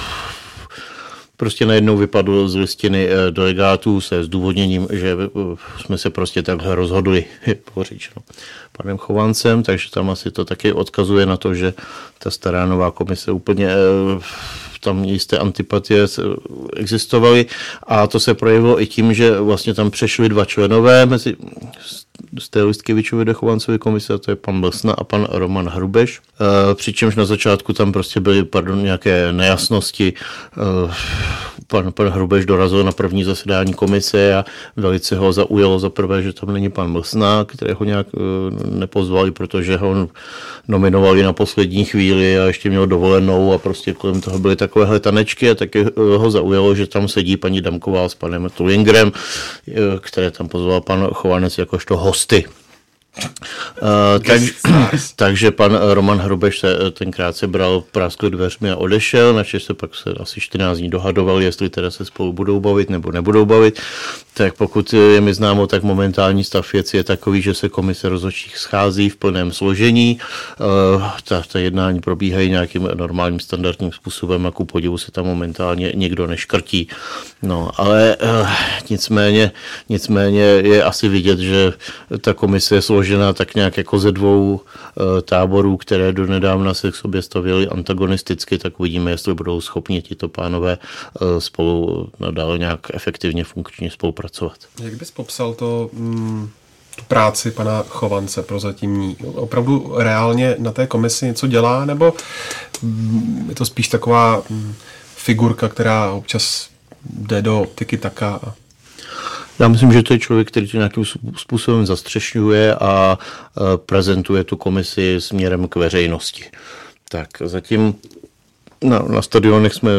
prostě najednou vypadl z listiny delegátů se zdůvodněním, že jsme se prostě takhle rozhodli, je pořečeno panem Chovancem, takže tam asi to taky odkazuje na to, že ta stará nová komise úplně tam jisté antipatie existovaly a to se projevilo i tím, že vlastně tam přešli dva členové mezi z té Listkevičovy do Chovancovy komise, a to je pan Blsna a pan Roman Hrubeš. E, přičemž na začátku tam prostě byly pardon, nějaké nejasnosti. E, pan, pan Hrubeš dorazil na první zasedání komise a velice ho zaujalo za prvé, že tam není pan Blsna, kterého nějak e, nepozvali, protože ho nominovali na poslední chvíli a ještě měl dovolenou a prostě kolem toho byly takovéhle tanečky a taky ho zaujalo, že tam sedí paní Damková s panem Tullingerem, e, které tam pozval pan Chovanec jakožto hosty. Uh, tak, takže pan Roman Hrubeš se tenkrát se bral prásku dveřmi a odešel, načež se pak se asi čtrnáct dní dohadoval, jestli teda se spolu budou bavit nebo nebudou bavit. Tak pokud je mi známo, tak momentální stav věci je takový, že se komise rozhodčích schází v plném složení. Uh, ta, ta jednání probíhají nějakým normálním standardním způsobem a ku podivu se tam momentálně nikdo neškrtí. No, ale uh, nicméně, nicméně je asi vidět, že ta komise je složená tak nějak jako ze dvou uh, táborů, které donedávna se k sobě stavěly antagonisticky, tak uvidíme, jestli budou schopni tito pánové uh, spolu nadále nějak efektivně funkčně spolupracovat. Jak bys popsal to, mm, tu práci pana Chovance prozatímní? Opravdu reálně na té komisi něco dělá, nebo mm, je to spíš taková mm, figurka, která občas jde do tiki-taka? Já myslím, že to je člověk, který to nějakým způsobem zastřešňuje a prezentuje tu komisi směrem k veřejnosti. Tak zatím na, na stadionech jsme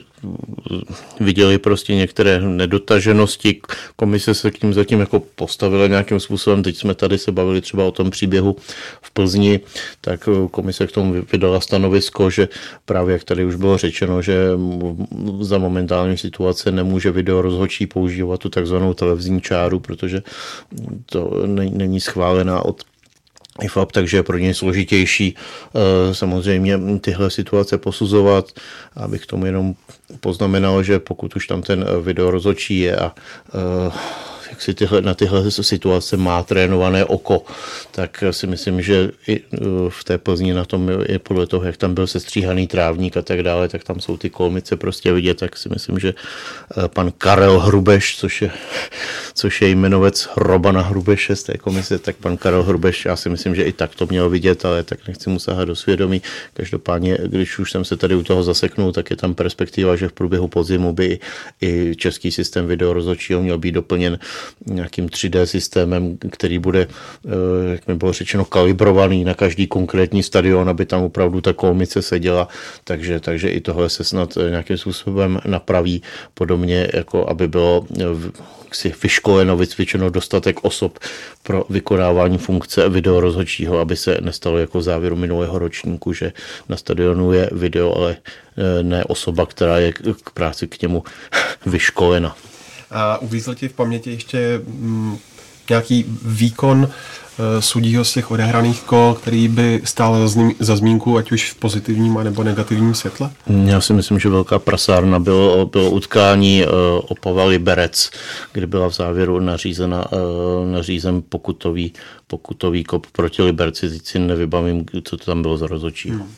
viděli prostě některé nedotaženosti, komise se k ním zatím jako postavila nějakým způsobem, teď jsme tady se bavili třeba o tom příběhu v Plzni, tak komise k tomu vydala stanovisko, že právě jak tady už bylo řečeno, že za momentální situace nemůže videorozhodčí používat tu takzvanou televizní čáru, protože to není schválená od I F A B, takže je pro něj složitější samozřejmě tyhle situace posuzovat. Abych tomu jenom poznamenal, že pokud už tam ten videorozhodčí je a jak si tyhle, na tyhle situace má trénované oko, tak si myslím, že i v té Plzni na tom je podle toho, jak tam byl sestříhaný trávník a tak dále, tak tam jsou ty kolmice prostě vidět, tak si myslím, že pan Karel Hrubeš, což je, což je jmenovec Robana Hrubeše z té komise, tak pan Karel Hrubeš, já si myslím, že i tak to měl vidět, ale tak nechci mu sahat do svědomí. Každopádně, když už jsem se tady u toho zaseknul, tak je tam perspektiva, že v průběhu podzimu by i český systém videorozhodčího měl být doplněn nějakým tři dé systémem, který bude, jak mi bylo řečeno, kalibrovaný na každý konkrétní stadion, aby tam opravdu ta kolmice seděla, takže, takže i tohle se snad nějakým způsobem napraví, podobně jako aby bylo si vyškoleno, vycvičeno dostatek osob pro vykonávání funkce videorozhodčího, aby se nestalo jako v závěru minulého ročníku, že na stadionu je video, ale ne osoba, která je k práci k němu vyškolena. A uvízl ti v paměti ještě mm, nějaký výkon e, sudího z těch odehraných kol, který by stál za, zní, za zmínku, ať už v pozitivním nebo negativním světle? Já si myslím, že velká prasárna bylo, bylo utkání e, Opava Liberec, kde byla v závěru nařízena, e, nařízen pokutový, pokutový kop proti Liberci. Teď si nevybavím, co to tam bylo za rozhodčího. Hmm.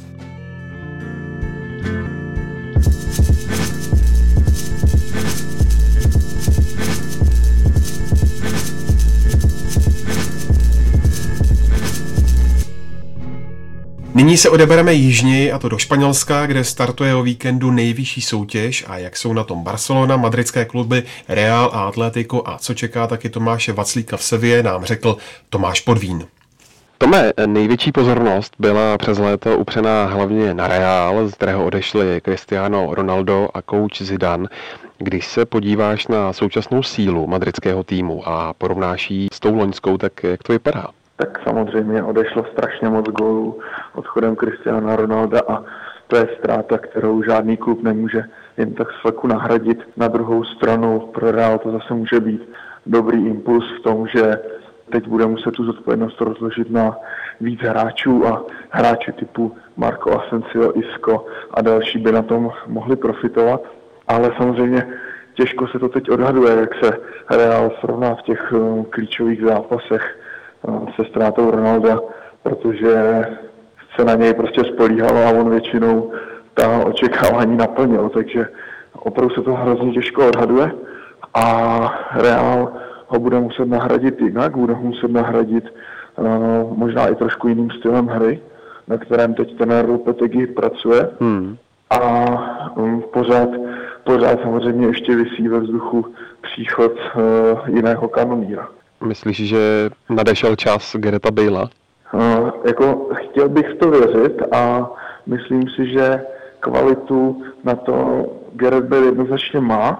Nyní se odebereme jižněji, a to do Španělska, kde startuje o víkendu nejvyšší soutěž a jak jsou na tom Barcelona, madridské kluby Real a Atletico a co čeká taky Tomáše Vaclíka v Sevě, nám řekl Tomáš Podvín. Tome, největší pozornost byla přes léto upřená hlavně na Real, z kterého odešli Cristiano Ronaldo a kouč Zidane. Když se podíváš na současnou sílu madridského týmu a porovnáš ji s tou loňskou, tak jak to vypadá? Tak samozřejmě odešlo strašně moc gólů odchodem Cristiana Ronalda a to je ztráta, kterou žádný klub nemůže jen tak z fleku nahradit. Na druhou stranu pro Real to zase může být dobrý impuls v tom, že teď bude muset tu zodpovědnost rozložit na víc hráčů a hráči typu Marco Asensio, Isco a další by na tom mohli profitovat. Ale samozřejmě těžko se to teď odhaduje, jak se Real srovná v těch klíčových zápasech se ztrátou Ronalda, protože se na něj prostě spolíhalo a on většinou ta očekávání naplnil, takže opravdu se to hrozně těžko odhaduje a Real ho bude muset nahradit jinak, bude ho muset nahradit uh, možná i trošku jiným stylem hry, na kterém teď ten Lopetegui pracuje hmm. a um, pořád, pořád samozřejmě ještě visí ve vzduchu příchod uh, jiného kanoníra. Myslíš, že nadešel čas Garretha Balea? Uh, jako chtěl bych v to věřit a myslím si, že kvalitu na to Gareth Bale jednoznačně má.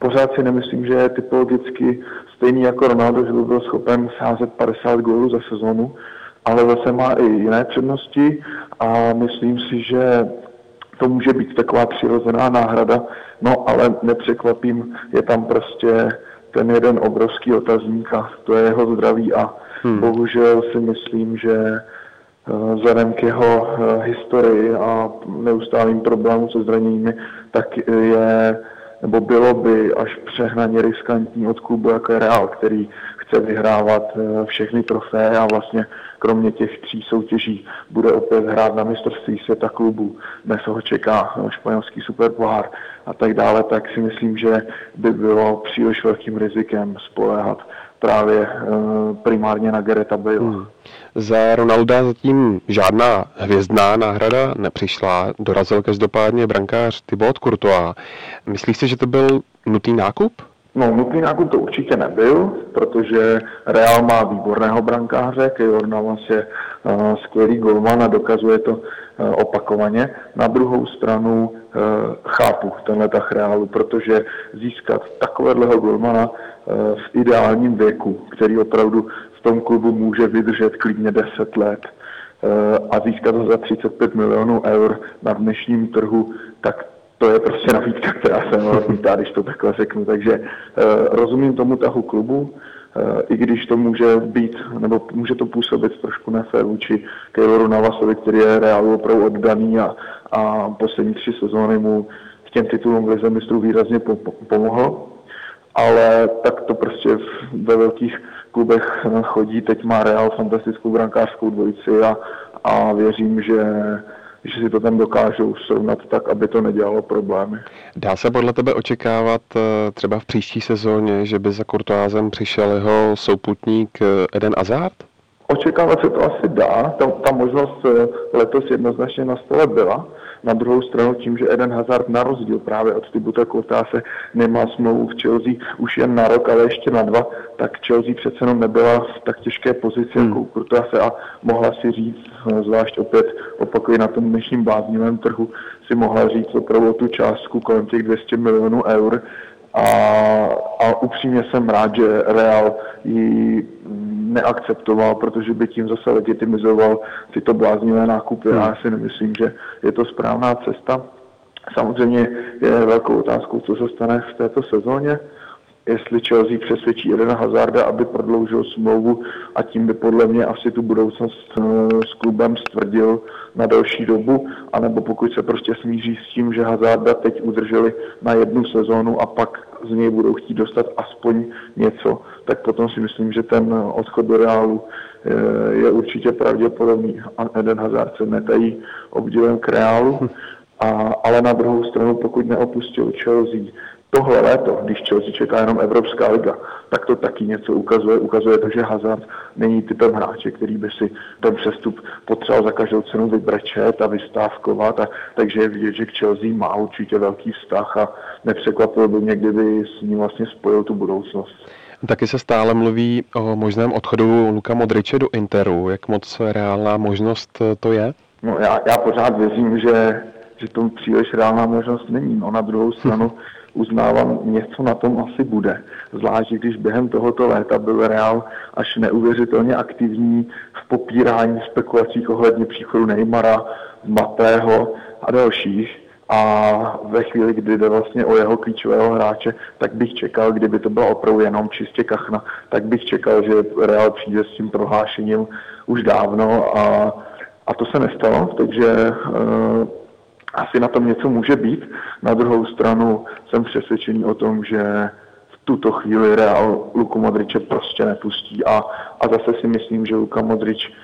Pořád si nemyslím, že je typologicky stejný jako Ronaldo, že by byl schopen sázet padesát gólů za sezonu, ale zase má i jiné přednosti a myslím si, že to může být taková přirozená náhrada, no ale nepřekvapím, je tam prostě ten jeden obrovský otazník a to je jeho zdraví a hmm. bohužel si myslím, že vzhledem k jeho historii a neustálým problémům se zraněními, tak je, nebo bylo by až přehnaně riskantní od klubu jako je Real, který chce vyhrávat všechny trofeje a vlastně kromě těch tří soutěží bude opět hrát na mistrovství světa klubů. Dnes ho čeká španělský superpohár a tak dále, tak si myslím, že by bylo příliš velkým rizikem spoléhat právě primárně na Gareta Bale. Hmm. Za Ronalda zatím žádná hvězdná náhrada nepřišla. Dorazil každopádně brankář Thibaut Courtois. Myslíš si, že to byl nutný nákup? No, nutný nákup to určitě nebyl, protože Real má výborného brankáře, Keylor Navas je uh, skvělý golman a dokazuje to uh, opakovaně. Na druhou stranu uh, chápu tenhle tah Realu, protože získat takovéhleho golmana uh, v ideálním věku, který opravdu v tom klubu může vydržet klidně deset let uh, a získat ho za třicet pět milionů eur na dnešním trhu, tak to je prostě nabídka, která se odmítá, když to takhle řeknu. Takže uh, rozumím tomu tahu klubu, uh, i když to může být, nebo může to působit trošku nefér vůči Keyloru Navasovi, který je Realu opravdu oddaný a, a poslední tři sezóny mu k těm titulům v lize mistrů výrazně po, po, pomohl. Ale tak to prostě ve velkých klubech chodí. Teď má Real fantastickou brankářskou dvojici a, a věřím, že že si to tam dokážou srovnat tak, aby to nedělalo problémy. Dá se podle tebe očekávat třeba v příští sezóně, že by za Courtoisem přišel jeho souputník Eden Hazard? Očekávat se to asi dá. Ta, ta možnost letos jednoznačně na stole byla. Na druhou stranu tím, že Eden Hazard na rozdíl právě od Thibauta Courtoise nemá smlouvu v Chelsea už jen na rok, ale ještě na dva, tak Chelsea přece jenom nebyla v tak těžké pozici hmm. jako Courtoise a mohla si říct, zvlášť opět opakuji na tom dnešním bláznivém trhu, si mohla říct opravdu tu částku kolem těch dvě stě milionů eur. A, a upřímně jsem rád, že Real ji neakceptoval, protože by tím zase legitimizoval tyto bláznivé nákupy. Hmm. Já si nemyslím, že je to správná cesta. Samozřejmě je velkou otázkou, co se stane v této sezóně. Jestli Chelsea přesvědčí Edena Hazarda, aby prodloužil smlouvu a tím by podle mě asi tu budoucnost s klubem stvrdil na delší dobu, anebo pokud se prostě smíří s tím, že Hazarda teď udrželi na jednu sezónu a pak z něj budou chtít dostat aspoň něco, tak potom si myslím, že ten odchod do Realu je určitě pravděpodobný a Eden Hazard se netají obdivem k Realu, a, ale na druhou stranu, pokud neopustil Chelsea tohle léto, když Chelsea čeká jenom Evropská liga, tak to taky něco ukazuje. Ukazuje to, že Hazard není typem hráče, který by si ten přestup potřeboval za každou cenu vybrečet a vystávkovat. A, takže je vidět, že k Chelsea má určitě velký vztah a nepřekvapilo by mě, kdyby s ním vlastně spojil tu budoucnost. Taky se stále mluví o možném odchodu Luka Modriče do Interu. Jak moc reálná možnost to je? No já, já pořád věřím, že, že to příliš reálná možnost není. No na druhou stranu uznávám, něco na tom asi bude. Zvlášť, když během tohoto léta byl Real až neuvěřitelně aktivní v popírání spekulací ohledně příchodu Neymara, Mbappého a dalších. A ve chvíli, kdy jde vlastně o jeho klíčového hráče, tak bych čekal, kdyby to byla opravdu jenom čistě kachna, tak bych čekal, že Real přijde s tím prohlášením už dávno a, a to se nestalo, takže uh, asi na tom něco může být. Na druhou stranu jsem přesvědčený o tom, že v tuto chvíli Real Luku Modriče prostě nepustí a, a zase si myslím, že Luka Modrič uh,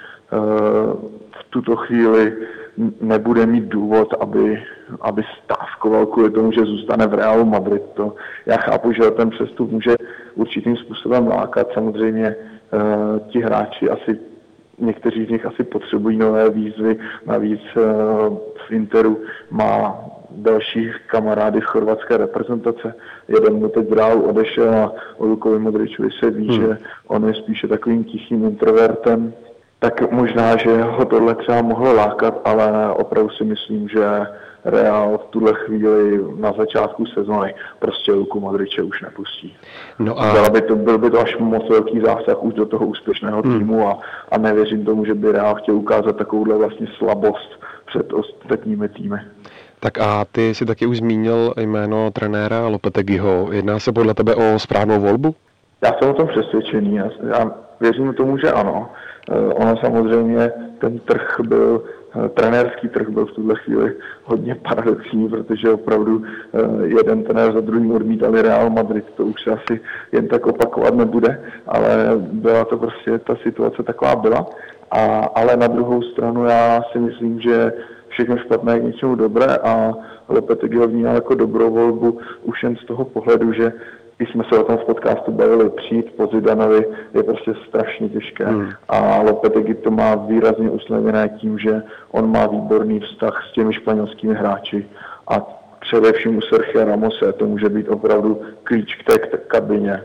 v tuto chvíli nebude mít důvod, aby, aby stávkoval kvůli tomu, že zůstane v Realu Madrid. To já chápu, že ten přestup může určitým způsobem lákat. Samozřejmě uh, ti hráči asi někteří z nich asi potřebují nové výzvy, navíc v Interu má další kamarády z chorvatské reprezentace. Jeden mu teď v Realu odešel a o Lukovi Modričovi se ví, hmm. že on je spíše takovým tichým introvertem. tak možná, že ho tohle třeba mohlo lákat, ale opravdu si myslím, že Real v tuhle chvíli na začátku sezóny prostě Luku Modriče už nepustí. No a... Byl by to, byl by to až moc velký zásah už do toho úspěšného týmu hmm. a, a nevěřím tomu, že by Real chtěl ukázat takovouhle vlastně slabost před ostatními týmy. Tak a ty si taky už zmínil jméno trenéra Lopeteguiho. Jedná se podle tebe o správnou volbu? Já jsem o tom přesvědčený. Já, já věřím tomu, že ano. Ono samozřejmě, ten trh byl, trenérský trh byl v tuhle chvíli hodně paradoxní, protože opravdu jeden trenér za druhým odmítali Real Madrid. To už se asi jen tak opakovat nebude, ale byla to prostě, ta situace taková byla. A, ale na druhou stranu já si myslím, že všechno špatné je k něčemu dobré a Lopetegui vnímal jako dobrou volbu už jen z toho pohledu, že když jsme se o tom v podcastu bavili, přijít po Zidanovi je prostě strašně těžké. Hmm. A Lopetegui to má výrazně uslevené tím, že on má výborný vztah s těmi španělskými hráči a především u Sergia Ramose to může být opravdu klíč k té kabině.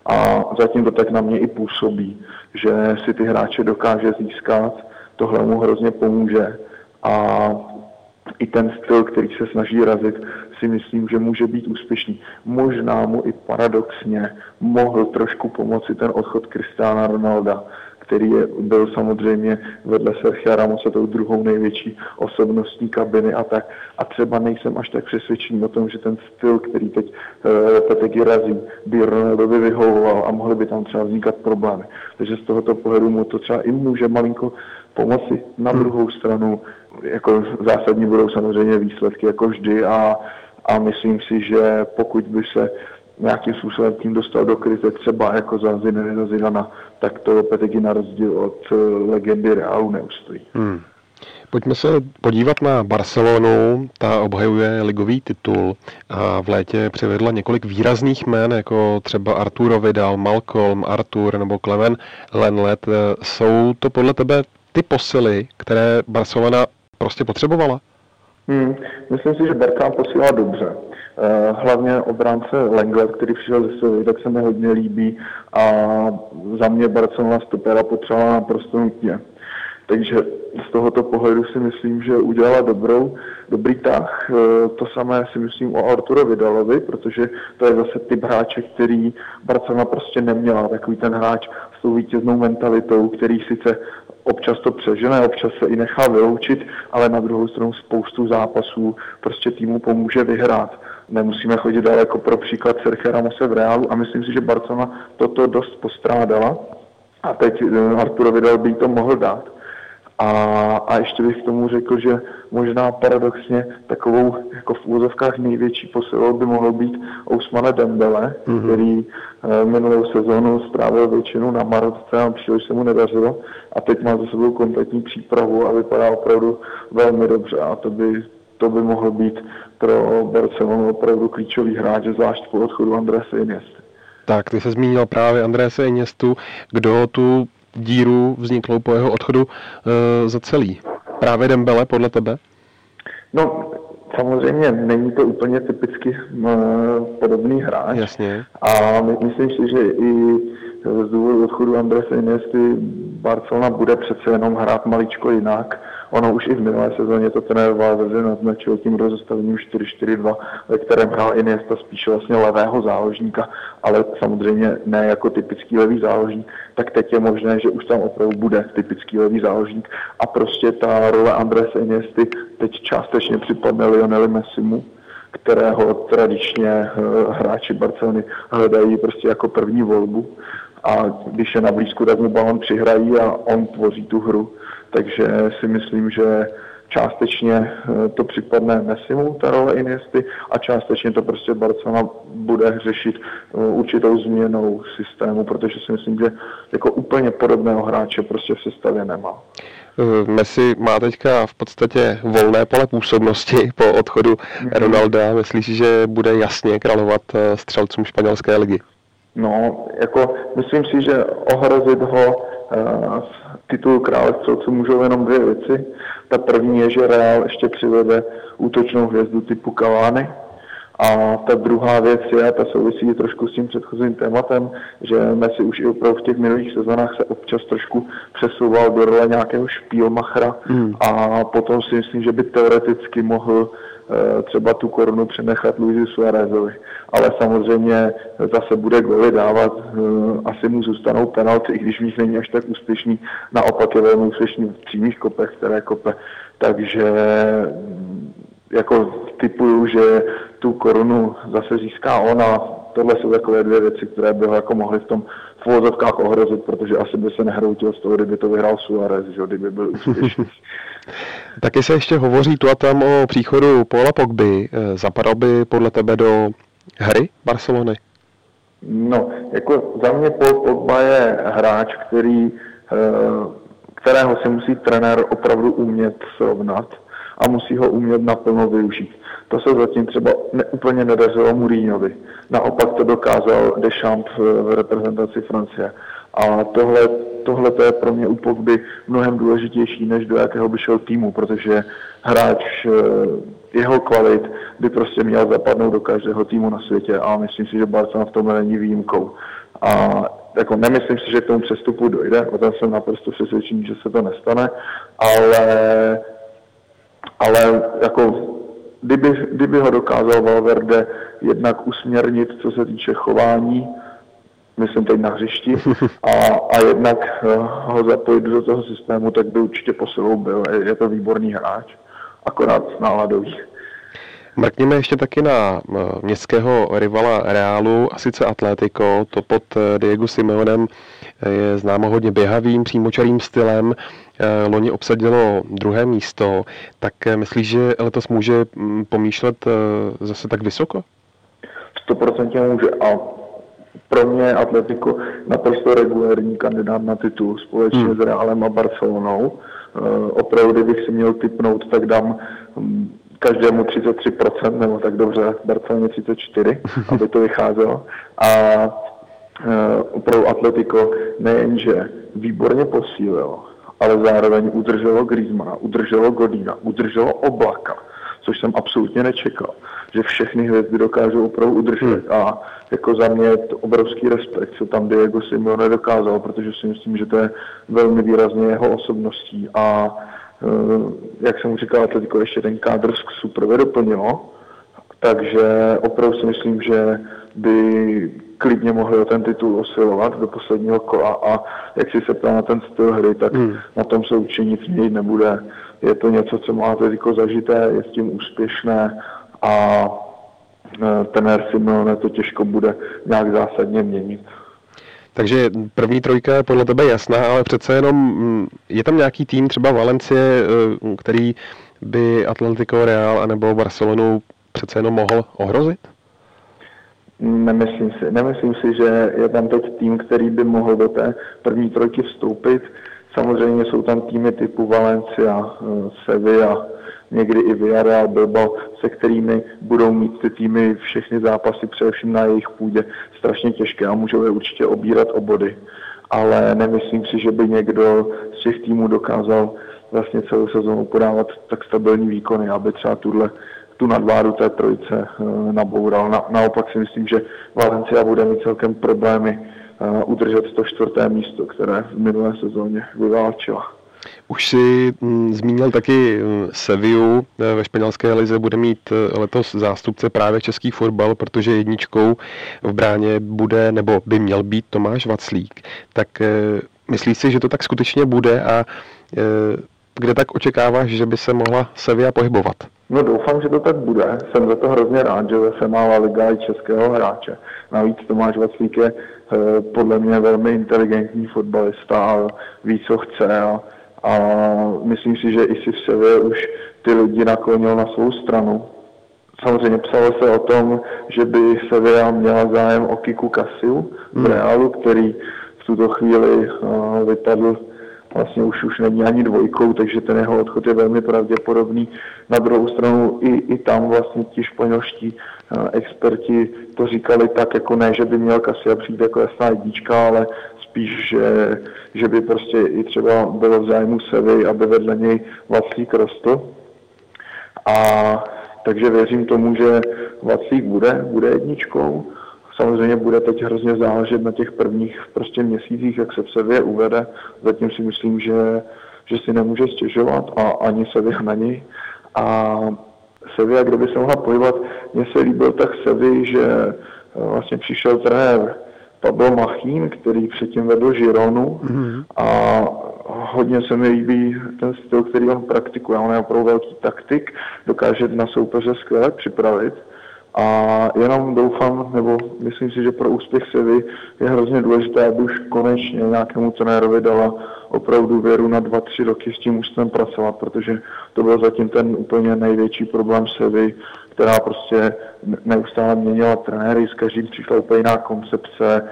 A zatím to tak na mě i působí, že si ty hráče dokáže získat, tohle mu hrozně pomůže. A i ten styl, který se snaží razit, si myslím, že může být úspěšný. Možná mu i paradoxně mohl trošku pomoci ten odchod Cristiana Ronalda, který je, byl samozřejmě vedle Sergia Ramose tou druhou největší osobnostní kabiny a tak. A třeba nejsem až tak přesvědčený o tom, že ten styl, který teď Lopetegui razí, by Ronaldovi vyhovoval a mohly by tam třeba vznikat problémy. Takže z tohoto pohledu mu to třeba i může malinko pomoci. Na druhou stranu, jako zásadní budou samozřejmě výsledky jako vždy a, a myslím si, že pokud by se nějakým způsobem tím dostal do krize, třeba jako za Zinedina Zidana, tak to Lopetegui na rozdíl od legendy Realu neustojí. Hmm. Pojďme se podívat na Barcelonu, ta obhajuje ligový titul a v létě přivedla několik výrazných jmén, jako třeba Arturo Vidal, Malcolm, Artur nebo Clement Lenglet. Jsou to podle tebe ty posily, které Barcelona prostě potřebovala? Hmm, myslím si, že Barca posílá dobře. Hlavně obránce Lenglet, který přišel ze Sevilla, tak se mi hodně líbí a za mě Barcelona stopera potřebovala naprosto nutně. Takže z tohoto pohledu si myslím, že udělala dobrou, dobrý tah. To samé si myslím o Arturo Vidalovi, protože to je zase typ hráče, který Barcelona prostě neměla. Takový ten hráč s tou vítěznou mentalitou, který sice občas to přežene, občas se i nechá vyloučit, ale na druhou stranu spoustu zápasů prostě týmu pomůže vyhrát. Nemusíme chodit daleko, pro příklad Sergio Ramose v Realu a myslím si, že Barcelona toto dost postrádala a teď Arturo Vidal by to mohl dát. A, a ještě bych k tomu řekl, že možná paradoxně takovou jako v úvozovkách největší posilou by mohlo být Ousmane Dembele, mm-hmm. který e, minulou sezónu strávil většinu na Marotce a příliš se mu nedařilo a teď má za sebou kompletní přípravu a vypadá opravdu velmi dobře a to by, to by mohlo být pro Barcelonu opravdu klíčový hráč, zvlášť po odchodu Andrese Iniesty. Tak, ty se zmínil právě Andrese Iniestu, kdo tu díru vzniklou po jeho odchodu e, zacelí. Právě Dembele podle tebe? No, samozřejmě není to úplně typicky e, podobný hráč. Jasně. A my, myslím si, že i z důvodu odchodu Andrese Iniesty Barcelona bude přece jenom hrát maličko jinak. Ono už i v minulé sezóně to trenér Valverde naznačil tím rozestavením čtyři čtyři dva, ve kterém hrál Iniesta spíše vlastně levého záložníka, ale samozřejmě ne jako typický levý záložník, tak teď je možné, že už tam opravdu bude typický levý záložník a prostě ta role Andrese Iniesty teď částečně připadne Lioneli Messimu, kterého tradičně hráči Barcelony hledají prostě jako první volbu a když je na blízku, tak mu balon přihrají a on tvoří tu hru. Takže si myslím, že částečně to připadne Messimu, ta role Iniesty, a částečně to prostě Barcelona bude řešit určitou změnou systému, protože si myslím, že jako úplně podobného hráče prostě v sestavě nemá. Messi má teďka v podstatě volné pole působnosti po odchodu Ronalda. Myslíš, že bude jasně královat střelcům španělské ligy? No, jako myslím si, že ohrozit ho uh, titul krále střelců můžou jenom dvě věci. Ta první je, že Real ještě přivede útočnou hvězdu typu Cavani A ta druhá věc je, ta souvisí trošku s tím předchozím tématem, že Messi už i opravdu v těch minulých sezónách se občas trošku přesouval do role nějakého špílmachra hmm. a potom si myslím, že by teoreticky mohl třeba tu korunu přenechat Luisu Suárezovi. Ale samozřejmě zase bude góly dávat, asi mu zůstanou penalty, i když v nich není až tak úspěšný, naopak je velmi úspěšný v přímých kopech, které kope. Takže jako typuju, že tu korunu zase získá on a tohle jsou takové dvě věci, které by ho jako mohly v tom v uvozovkách ohrozit, protože asi by se nehroutil z toho, kdyby to vyhrál Suárez, že kdyby byl úspěšný. Taky se ještě hovoří tu a tam o příchodu Paula Pogby. Zapadal by podle tebe do hry Barcelony? No, jako za mě Paul Pogba je hráč, který, kterého si musí trenér opravdu umět srovnat a musí ho umět naplno využít. To se zatím třeba neúplně nedařilo Mourinhovi. Naopak to dokázal Deschamps v reprezentaci Francie. A tohle, tohle to je pro mě u Pogby mnohem důležitější, než do jakého by šel týmu, protože hráč jeho kvalit by prostě měl zapadnout do každého týmu na světě a myslím si, že Barcelona v tomhle není výjimkou. A jako nemyslím si, že k tomu přestupu dojde, o tom jsem naprosto přesvědčený, že se to nestane, ale, ale jako kdyby, kdyby ho dokázal Valverde jednak usměrnit, co se týče chování, myslím teď na hřišti, a, a jednak ho zapojit do toho systému, tak by určitě posilou byl. Je, je to výborný hráč, akorát náladový. Mrkněme ještě taky na městského rivala Realu, a sice Atlético. To pod Diego Simeonem je známo hodně běhavým, přímočarým stylem. Loni obsadilo druhé místo. Tak myslíš, že letos může pomýšlet zase tak vysoko? sto procent může. A pro mě Atletico naprosto regulérní kandidát na titul společně hmm. s Realem a Barcelonou. Opravdu, kdybych si měl tipnout, tak dám každému třicet tři procent, nebo tak dobře, Barceloně třicet čtyři procent, aby to vycházelo. A opravdu Atletico nejenže výborně posílilo, ale zároveň udrželo Griezmana, udrželo Godina, udrželo Oblaka, což jsem absolutně nečekal, že všechny hvězdy dokážou opravdu udržet. Hmm. A jako za mě je to obrovský respekt, co tam Diego Simeone dokázal, protože si myslím, že to je velmi výrazně jeho osobností. A jak jsem říkal, Atletico ještě ten kádr super doplnilo, takže opravdu si myslím, že by klidně mohli o ten titul osilovat do posledního kola a jak si se ptal na ten styl hry, tak hmm. na tom se určitě nic měnit nebude. Je to něco, co má Atletico zažité, je s tím úspěšné a trenér Simeone to těžko bude nějak zásadně měnit. Takže první trojka je podle tebe jasná, ale přece jenom je tam nějaký tým, třeba Valencie, který by Atletico, Real anebo Barcelonu přece jenom mohl ohrozit? Nemyslím si. Nemyslím si, že je tam teď tým, který by mohl do té první trojky vstoupit. Samozřejmě jsou tam týmy typu Valencia, Sevilla, někdy i Villarreal, Bilbao, se kterými budou mít ty týmy všechny zápasy, především na jejich půdě, strašně těžké a můžou je určitě obírat o body. Ale nemyslím si, že by někdo z těch týmů dokázal vlastně celou sezónu podávat tak stabilní výkony, aby třeba tuhle, tu nadvádu té trojice naboural. Na, naopak si myslím, že Valencia bude mít celkem problémy udržet to čtvrté místo, které v minulé sezóně vyválčila. Už si m, zmínil taky Sevillu, ve španělské lize bude mít letos zástupce právě český fotbal, protože jedničkou v bráně bude nebo by měl být Tomáš Vaclík. Tak e, myslíš si, že to tak skutečně bude a e, kde tak očekáváš, že by se mohla Sevilla pohybovat? No doufám, že to tak bude. Jsem za to hrozně rád, že ve finále liga i českého hráče. Navíc Tomáš Vaclík je e, podle mě velmi inteligentní fotbalista a ví, co chce a A myslím si, že i si v Sevě už ty lidi naklonil na svou stranu. Samozřejmě psalo se o tom, že by Sevilla měla zájem o Kiku Kasiu v Realu, který v tuto chvíli uh, vypadl, vlastně už, už není ani dvojkou, takže ten jeho odchod je velmi pravděpodobný. Na druhou stranu i, i tam vlastně ti španělští uh, experti to říkali tak, jako ne, že by měl Kasia přijít jako jasná jednička, ale spíš, že, že by prostě i třeba bylo v zájmu Sevy, aby vedle něj Vaclík rostl. A takže věřím tomu, že Vaclík bude, bude jedničkou. Samozřejmě bude teď hrozně záležet na těch prvních prostě měsících, jak se v Sevě uvede. Zatím si myslím, že, že si nemůže stěžovat a ani Sevilla na něj. A Sevilla, kdo by se mohla pohybovat, mně se líbil tak Sevy, že vlastně přišel trenér Pablo Machín, který předtím vedl Gironu mm-hmm. a hodně se mi líbí ten styl, který on praktikuje. On je opravdu velký taktik, dokáže na soupeře skvěle připravit a jenom doufám, nebo myslím si, že pro úspěch Sevy je hrozně důležité, aby už konečně nějakému trenérovi dala opravdu věru na dva, tři roky s tím mužstvem pracovat, protože to byl zatím ten úplně největší problém Sevy, která prostě neustále měnila trenéry, s každým přišla úplně jiná koncepce,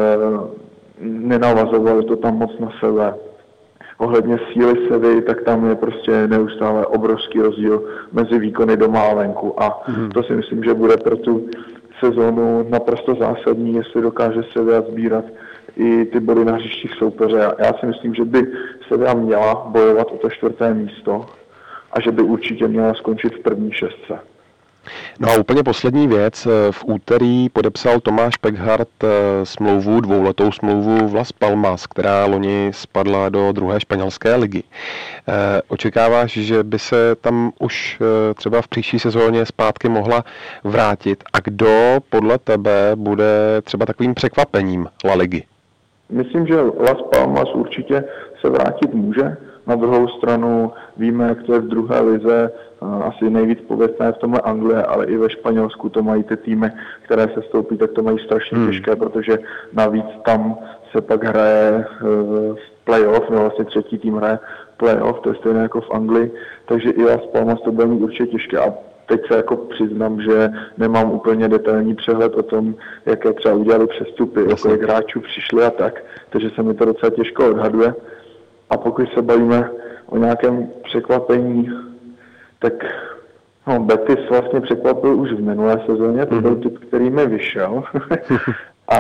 nenavazovali to tam moc na sebe. Ohledně síly Sevy, tak tam je prostě neustále obrovský rozdíl mezi výkony doma a venku a mm. to si myslím, že bude pro tu sezónu naprosto zásadní, jestli dokáže Sevilla sbírat i ty body na hřištích soupeře. Já si myslím, že by Sevilla měla bojovat o to čtvrté místo a že by určitě měla skončit v první šestce. No a úplně poslední věc. V úterý podepsal Tomáš Peckhardt smlouvu, dvouletou smlouvu v Las Palmas, která loni spadla do druhé španělské ligy. Očekáváš, že by se tam už třeba v příští sezóně zpátky mohla vrátit? A kdo podle tebe bude třeba takovým překvapením La Ligy? Myslím, že Las Palmas určitě se vrátit může. Na druhou stranu víme, jak to je v druhé lize, asi nejvíc pověstné v tomhle Anglie, ale i ve Španělsku to mají ty týmy, které se stoupí, tak to mají strašně hmm. těžké, protože navíc tam se pak hraje v playoff, no vlastně třetí tým hraje playoff, to je stejné jako v Anglii, takže i Las Palmas to bude mít určitě těžké. A teď se jako přiznám, že nemám úplně detailní přehled o tom, jaké třeba udělali přestupy, o kolik hráčů přišli a tak, takže se mi to docela těžko odhaduje. A pokud se bavíme o nějakém překvapení, tak no, Betis vlastně překvapil už v minulé sezóně, to byl typ, který mi vyšel. A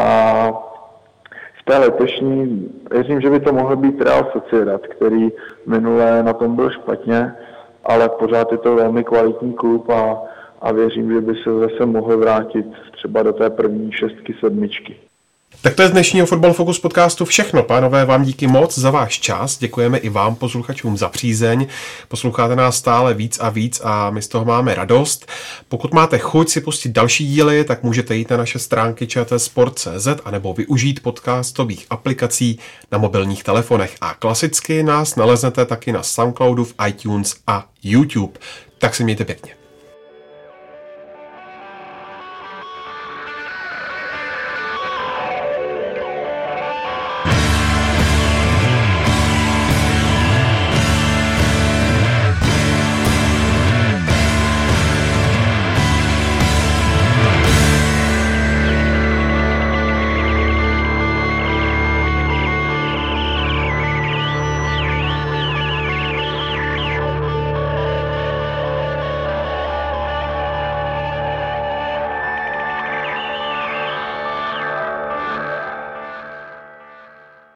v té letošní, věřím, že by to mohl být Real Sociedad, který minulé na tom byl špatně, ale pořád je to velmi kvalitní klub a, a věřím, že by se zase mohl vrátit třeba do té první šestky, sedmičky. Tak to je z dnešního Fotbal Focus podcastu všechno. Pánové, vám díky moc za váš čas. Děkujeme i vám, posluchačům, za přízeň. Posloucháte nás stále víc a víc a my z toho máme radost. Pokud máte chuť si pustit další díly, tak můžete jít na naše stránky č t sport tečka cé zet anebo využít podcastových aplikací na mobilních telefonech. A klasicky nás naleznete taky na Soundcloudu, v iTunes a YouTube. Tak se mějte pěkně.